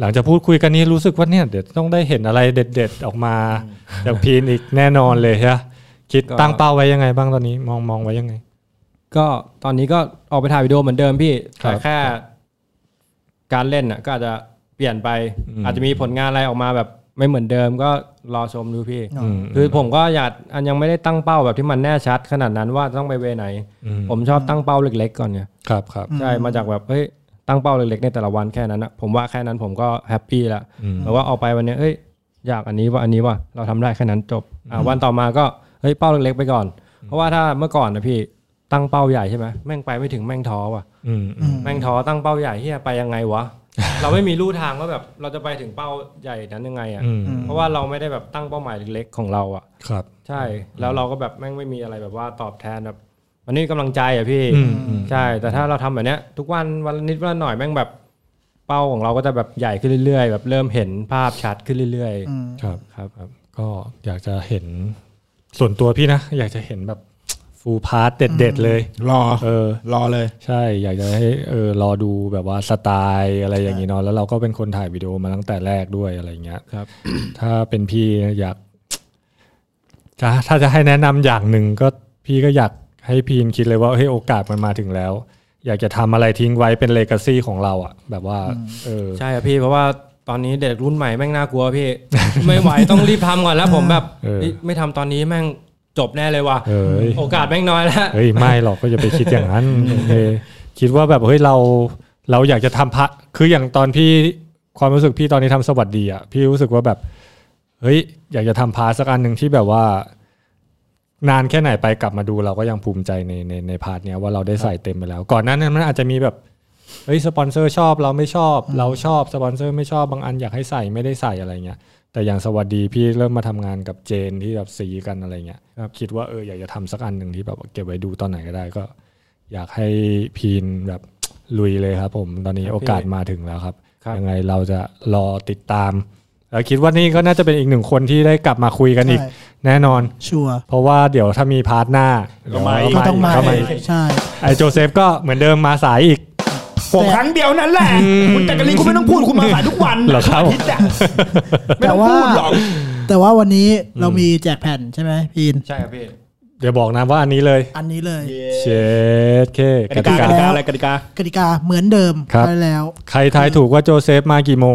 หลังจากพูดคุยกันนี้รู้สึกว่าเนี่ยเดี๋ยวต้องได้เห็นอะไรเด็ดๆออกมาจากพีนอีกแน่นอนเลยใช่คิดตั้งเป้าไว้ยังไงบ้างตอนนี้มองไว้ยังไงก็ตอนนี้ก็ออกไปถ่ายวิดีโอเหมือนเดิมพี่แต่แค่การเล่นก็อาจจะเปลี่ยนไปอาจจะมีผลงานอะไรออกมาแบบไม่เหมือนเดิมก็รอชมดูพี่คือผมก็ยังไม่ได้ตั้งเป้าแบบที่มันแน่ชัดขนาดนั้นว่าต้องไปเวไหนผมชอบตั้งเป้าเล็กๆก่อนไงครับใช่มาจากแบบเฮ้ยตั้งเป้าเล็กๆในแต่ละวันแค่นั้นนะผมว่าแค่นั้นผมก็แฮปปี้ละแต่ว่าออกไปวันนี้เฮ้ยอยากอันนี้ว่าเราทำได้แค่นั้นจบวันต่อมาก็เฮ้ยเป้าเล็กๆไปก่อนเพราะว่าถ้าเมื่อก่อนนะพี่ตั้งเป้าใหญ่ใช่ไหมแม่งไปไม่ถึงแม่งท้อว่ะแม่งท้อตั้งเป้าใหญ่เฮียไปยังไงวะ เราไม่มีลู่ทางว่าแบบเราจะไปถึงเป้าใหญ่นั้นยังไงอ่ะเพราะว่าเราไม่ได้แบบตั้งเป้าหมายเล็กๆของเราอ่ะครับใช่แล้วเราก็แบบแม่งไม่มีอะไรแบบว่าตอบแทนแบบวันนี้กำลังใจอ่ะพี่ใช่แต่ถ้าเราทำแบบเนี้ยทุกวันวันนิดวันหน่อยแม่งแบบเป้าของเราก็จะแบบใหญ่ขึ้นเรื่อยๆแบบเริ่มเห็นภาพชัดขึ้นเรื่อยๆครับก็อยากจะเห็นส่วนตัวพี่นะอยากจะเห็นแบบฟูลพาร์ทเด็ดๆเลยรอเลยใช่อยากจะให้รอดูแบบว่าสไตล์อะไรอย่างงี้เนาะแล้วเราก็เป็นคนถ่ายวิดีโอมาตั้งแต่แรกด้วยอะไรเงี้ยครับถ้าเป็นพี่อยากถ้าจะให้แนะนำอย่างหนึ่งก็พี่ก็อยากให้พีนคิดเลยว่าเฮ้ยโอกาสมันมาถึงแล้วอยากจะทำอะไรทิ้งไว้เป็นเลกาซี่ของเราอ่ะแบบว่าใช่ครับพี่เพราะว่าตอนนี้เด็กรุ่นใหม่แม่งน่ากลัวพี่ ไม่ไหวต้องรีบทำก่อนแล้วผมแบบไม่ทำตอนนี้แม่งจบแน่เลยว่ะโอกาสแม่งน้อยแล้วเฮ้ยไม่หรอกก็จะไปคิดอย่างนั้น คิดว่าแบบเฮ้ยเราอยากจะทำพระคืออย่างตอนพี่ความรู้สึกพี่ตอนนี้ทำสวัสดีอ่ะพี่รู้สึกว่าแบบเฮ้ยอยากจะทำพาร์ทสักอันหนึ่งที่แบบว่านานแค่ไหนไปกลับมาดูเราก็ยังภูมิใจในพาร์ทเนี้ยว่าเราได้ใส่เต็มไปแล้วก่อนหน้านั้นมันอาจจะมีแบบเฮ้ยสปอนเซอร์ชอบเราไม่ชอบเราชอบสปอนเซอร์ไม่ชอบบางอันอยากให้ใส่ไม่ได้ใส่อะไรเงี้ยแต่อย่างสวัสดีพี่เริ่มมาทำงานกับเจนที่แบบซีกันอะไรเงี้ยคิดว่าอยากจะทำสักอันหนึ่งที่แบบเก็บไว้ดูตอนไหนก็ได้ก็อยากให้พีนแบบลุยเลยครับผมตอนนี้โอกาสมาถึงแล้วครับยังไงเราจะรอติดตามแล้วคิดว่านี่ก็น่าจะเป็นอีกหนึ่งคนที่ได้กลับมาคุยกันอีกแน่นอนชัวร์เพราะว่าเดี๋ยวถ้ามีพาร์ทหน้าก็ต้องมาใช่ไอโจเซฟก็เหมือนเดิมมาสายอีกผมครั้งเดียวนั่นแหละคุณจักรีคุณไม่ต้องพูดคุณมาสายทุกวันเหรอครับไม่ต้องพูดหรอกแต่ว่าวันนี้เรามีแจกแผ่นใช่ไหมพีนใช่ครับพี่เดี๋ยวบอกนะว่าอันนี้เลยเชดเคกติกาอะไรกติกาเหมือนเดิมใช่แล้วใครทายถูกว่าโจเซฟมากี่โมง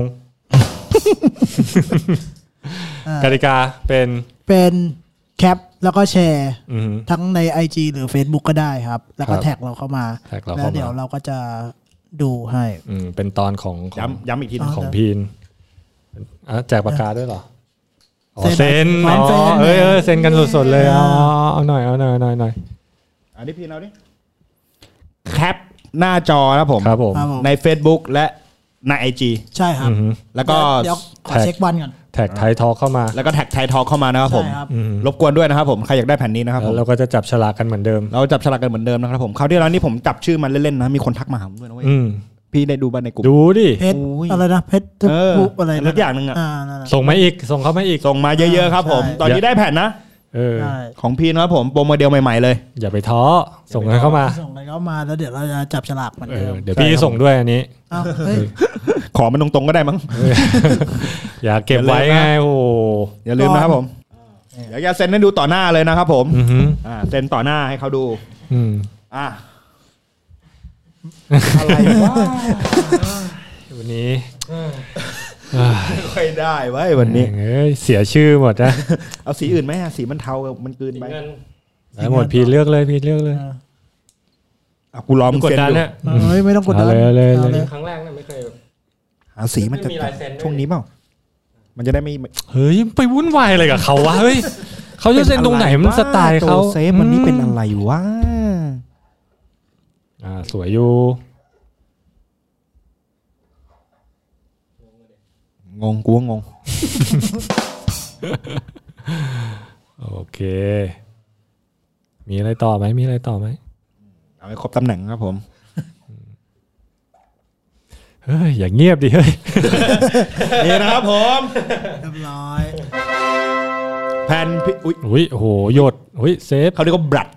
กติกาเป็นแคปแล้วก็แชร์ทั้งใน IG หรือ Facebook ก็ได้ครับแล้วก็แท็กเราเข้ามาแล้วเดี๋ยวเราก็จะดูให้เป็นตอนของย้ำอีกทีของพีนแจกปากกาด้วยเหรอเซ็นเซ็นกันสดๆเลยเอาหน่อยอันนี้พีนเอาดิแคปหน้าจอนะผมใน Facebook และใน IG ใช่ครับแล้วก็เดี๋ยวขอเช็ควันก่อนแท็กไทยทอล์กเข้ามาแล้วก็แท็กไทยทอล์กเข้ามานะครับผมรบกวนด้วยนะครับผมใครอยากได้แผ่นนี้นะครับเราก็จะจับฉลากกันเหมือนเดิมเราจับฉลากกันเหมือนเดิมนะครับผมคราวที่แล้วนี่ผมจับชื่อมันเล่นๆนะมีคนทักมาหาผมด้วยนะเว้ยพี่ได้ดูบ้างในกลุ่มดูดิเพชรอะไรนะเพชรอะไรสักอย่างนึงส่งมาอีกส่งเข้ามาอีกส่งมาเยอะๆครับผมตอนนี้ได้แผ่นนะของพี่นะครับผมโปรโมเดลใหม่ๆเลยอย่าไปท้อส่งกันเข้ามาแล้วเดี๋ยวเราจะจับฉลากเหมือนเดิมเดี๋ยวพี่ส่งด้วยอันนี้ขอมันตรงๆก็ได้มั้งอย่าเก็บไว้ไงโอ้อย่าลืมนะครับผมเดี๋ยวจะเซ็นให้ดูต่อหน้าเลยนะครับผมเซ็นต่อหน้าให้เขาดูอะไรวะวันนี้ไม่ค่อยได้ไว้วันนี้เสียชื่อหมดนะเอาสีอื่นไหมสีมันเทามันเกินไปได้หมดพี่เลือกเลยกูล้อมกดดันเนี่ยไม่ต้องกดดันเลยครั้งแรกเนี่ยไม่เคยหาสีมันจะช่วงนี้เปล่ามันจะได้ไม่เฮ้ยไปวุ่นวายอะไรกับเขาวะเฮ้ยเขาจะเซ็นตรงไหนมันสไตล์เขาเซฟวันนี้เป็นอะไรวะสวยอยู่งงกูงงโอเคมีอะไรต่อไหมเอาให้ครบตำแหน่งครับผมเฮ้ยอย่างเงียบดิเฮ้ยนี่นะครับผมเรียบร้อยแผ่นอุ้ยโอ้โหหยดอุ้ยเซฟเขาเรียกว่าบลัด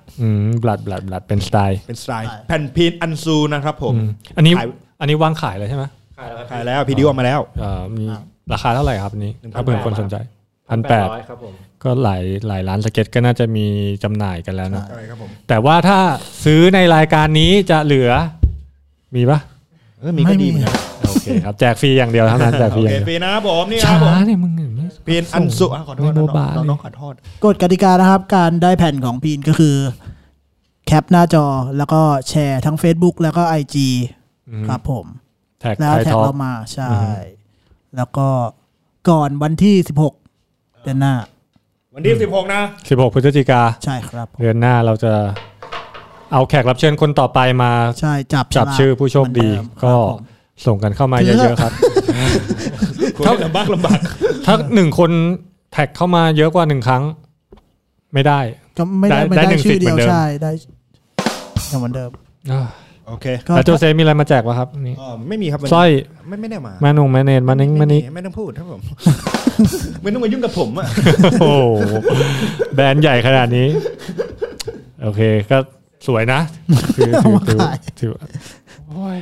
เป็นสไตล์แผ่นพีนอันซูนะครับผมอันนี้วางขายเลยใช่ไหมขายแล้วพี่ดิวออกมาแล้วมีราคาเท่าไหร่ครับนี้ถ้าเพื่อนคนสนใจ1,800 ครับผมก็หลายร้านสเก็ตก็น่าจะมีจำหน่ายกันแล้วนะใช่ครับผมแต่ว่าถ้าซื้อในรายการนี้จะเหลือมีปะมีก็ดีเหมือนกันโอเคครับแจกฟรีอย่างเดียวเท่านั้นแจกฟรีอย่างเดียวฟรีนะครับผมนี่ครับผมเนี่ยมึงพีนอันสุขอโทษน้องขอโทษกฎกติกานะครับการได้แผ่นของพีนก็คือแคปหน้าจอแล้วก็แชร์ทั้ง Facebook แล้วก็ IG ครับผมแล้วแท็กเรามาใช่แล้วก็ก่อนวันที่16เดือนหน้าวันที่16นะ 16พฤศจิกาใช่ครับเดือนหน้าเราจะเอาแขกรับเชิญคนต่อไปมาใช่จับชื่อผู้โชคดีก็ส่งกันเข้ามาเยอะๆครับถ้าลำบากถ้า1คนแท็กเข้ามาเยอะกว่า1ครั้งไม่ได้ก็ไม่ได้ชื่อเดียวใช่ได้เหมือนเดิมโอเคแล้วโจเซมีอะไรมาแจกวะครับนี่ไม่มีครับสร้อยไม่ได้มาแม่เนตมานิ่งไม่ต้องพูดครับผมไม่ต้องมายุ่งกับผมอ่ะโอ้แบรนด์ใหญ่ขนาดนี้โอเคก็สวยนะถือโอ้ย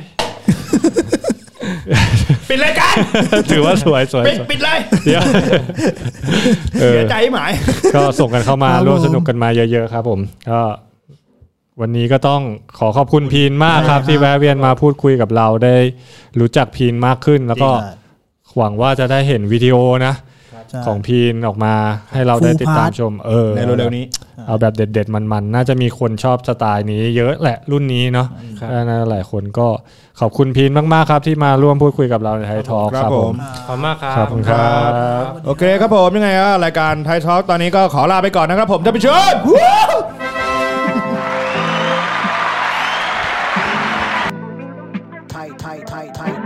ปิดรายการถือว่าสวยปิดเลยเสียใจหมายก็ส่งกันเข้ามาร่วมสนุกกันมาเยอะๆครับผมก็วันนี้ก็ต้องขอขอบคุณพีนมากครับที่แวะเวียนมาพูดคุยกับเราได้รู้จักพีนมากขึ้นแล้วก็หวังว่าจะได้เห็นวิดีโอนะของพีนออกมาให้เราได้ติดตามชมในเร็วๆนี้เอาแบบเด็ดๆมันๆน่าจะมีคนชอบสไตล์นี้เยอะแหละรุ่นนี้เนาะหลายคนก็ขอบคุณพีนมากๆครับที่มาร่วมพูดคุยกับเราในไทยทอล์คครับผมขอบคุณมากครับขอบคุณครับโอเคครับผมยังไงก็รายการไทยทอล์คตอนนี้ก็ขอลาไปก่อนนะครับผมท่านผู้ชมไทย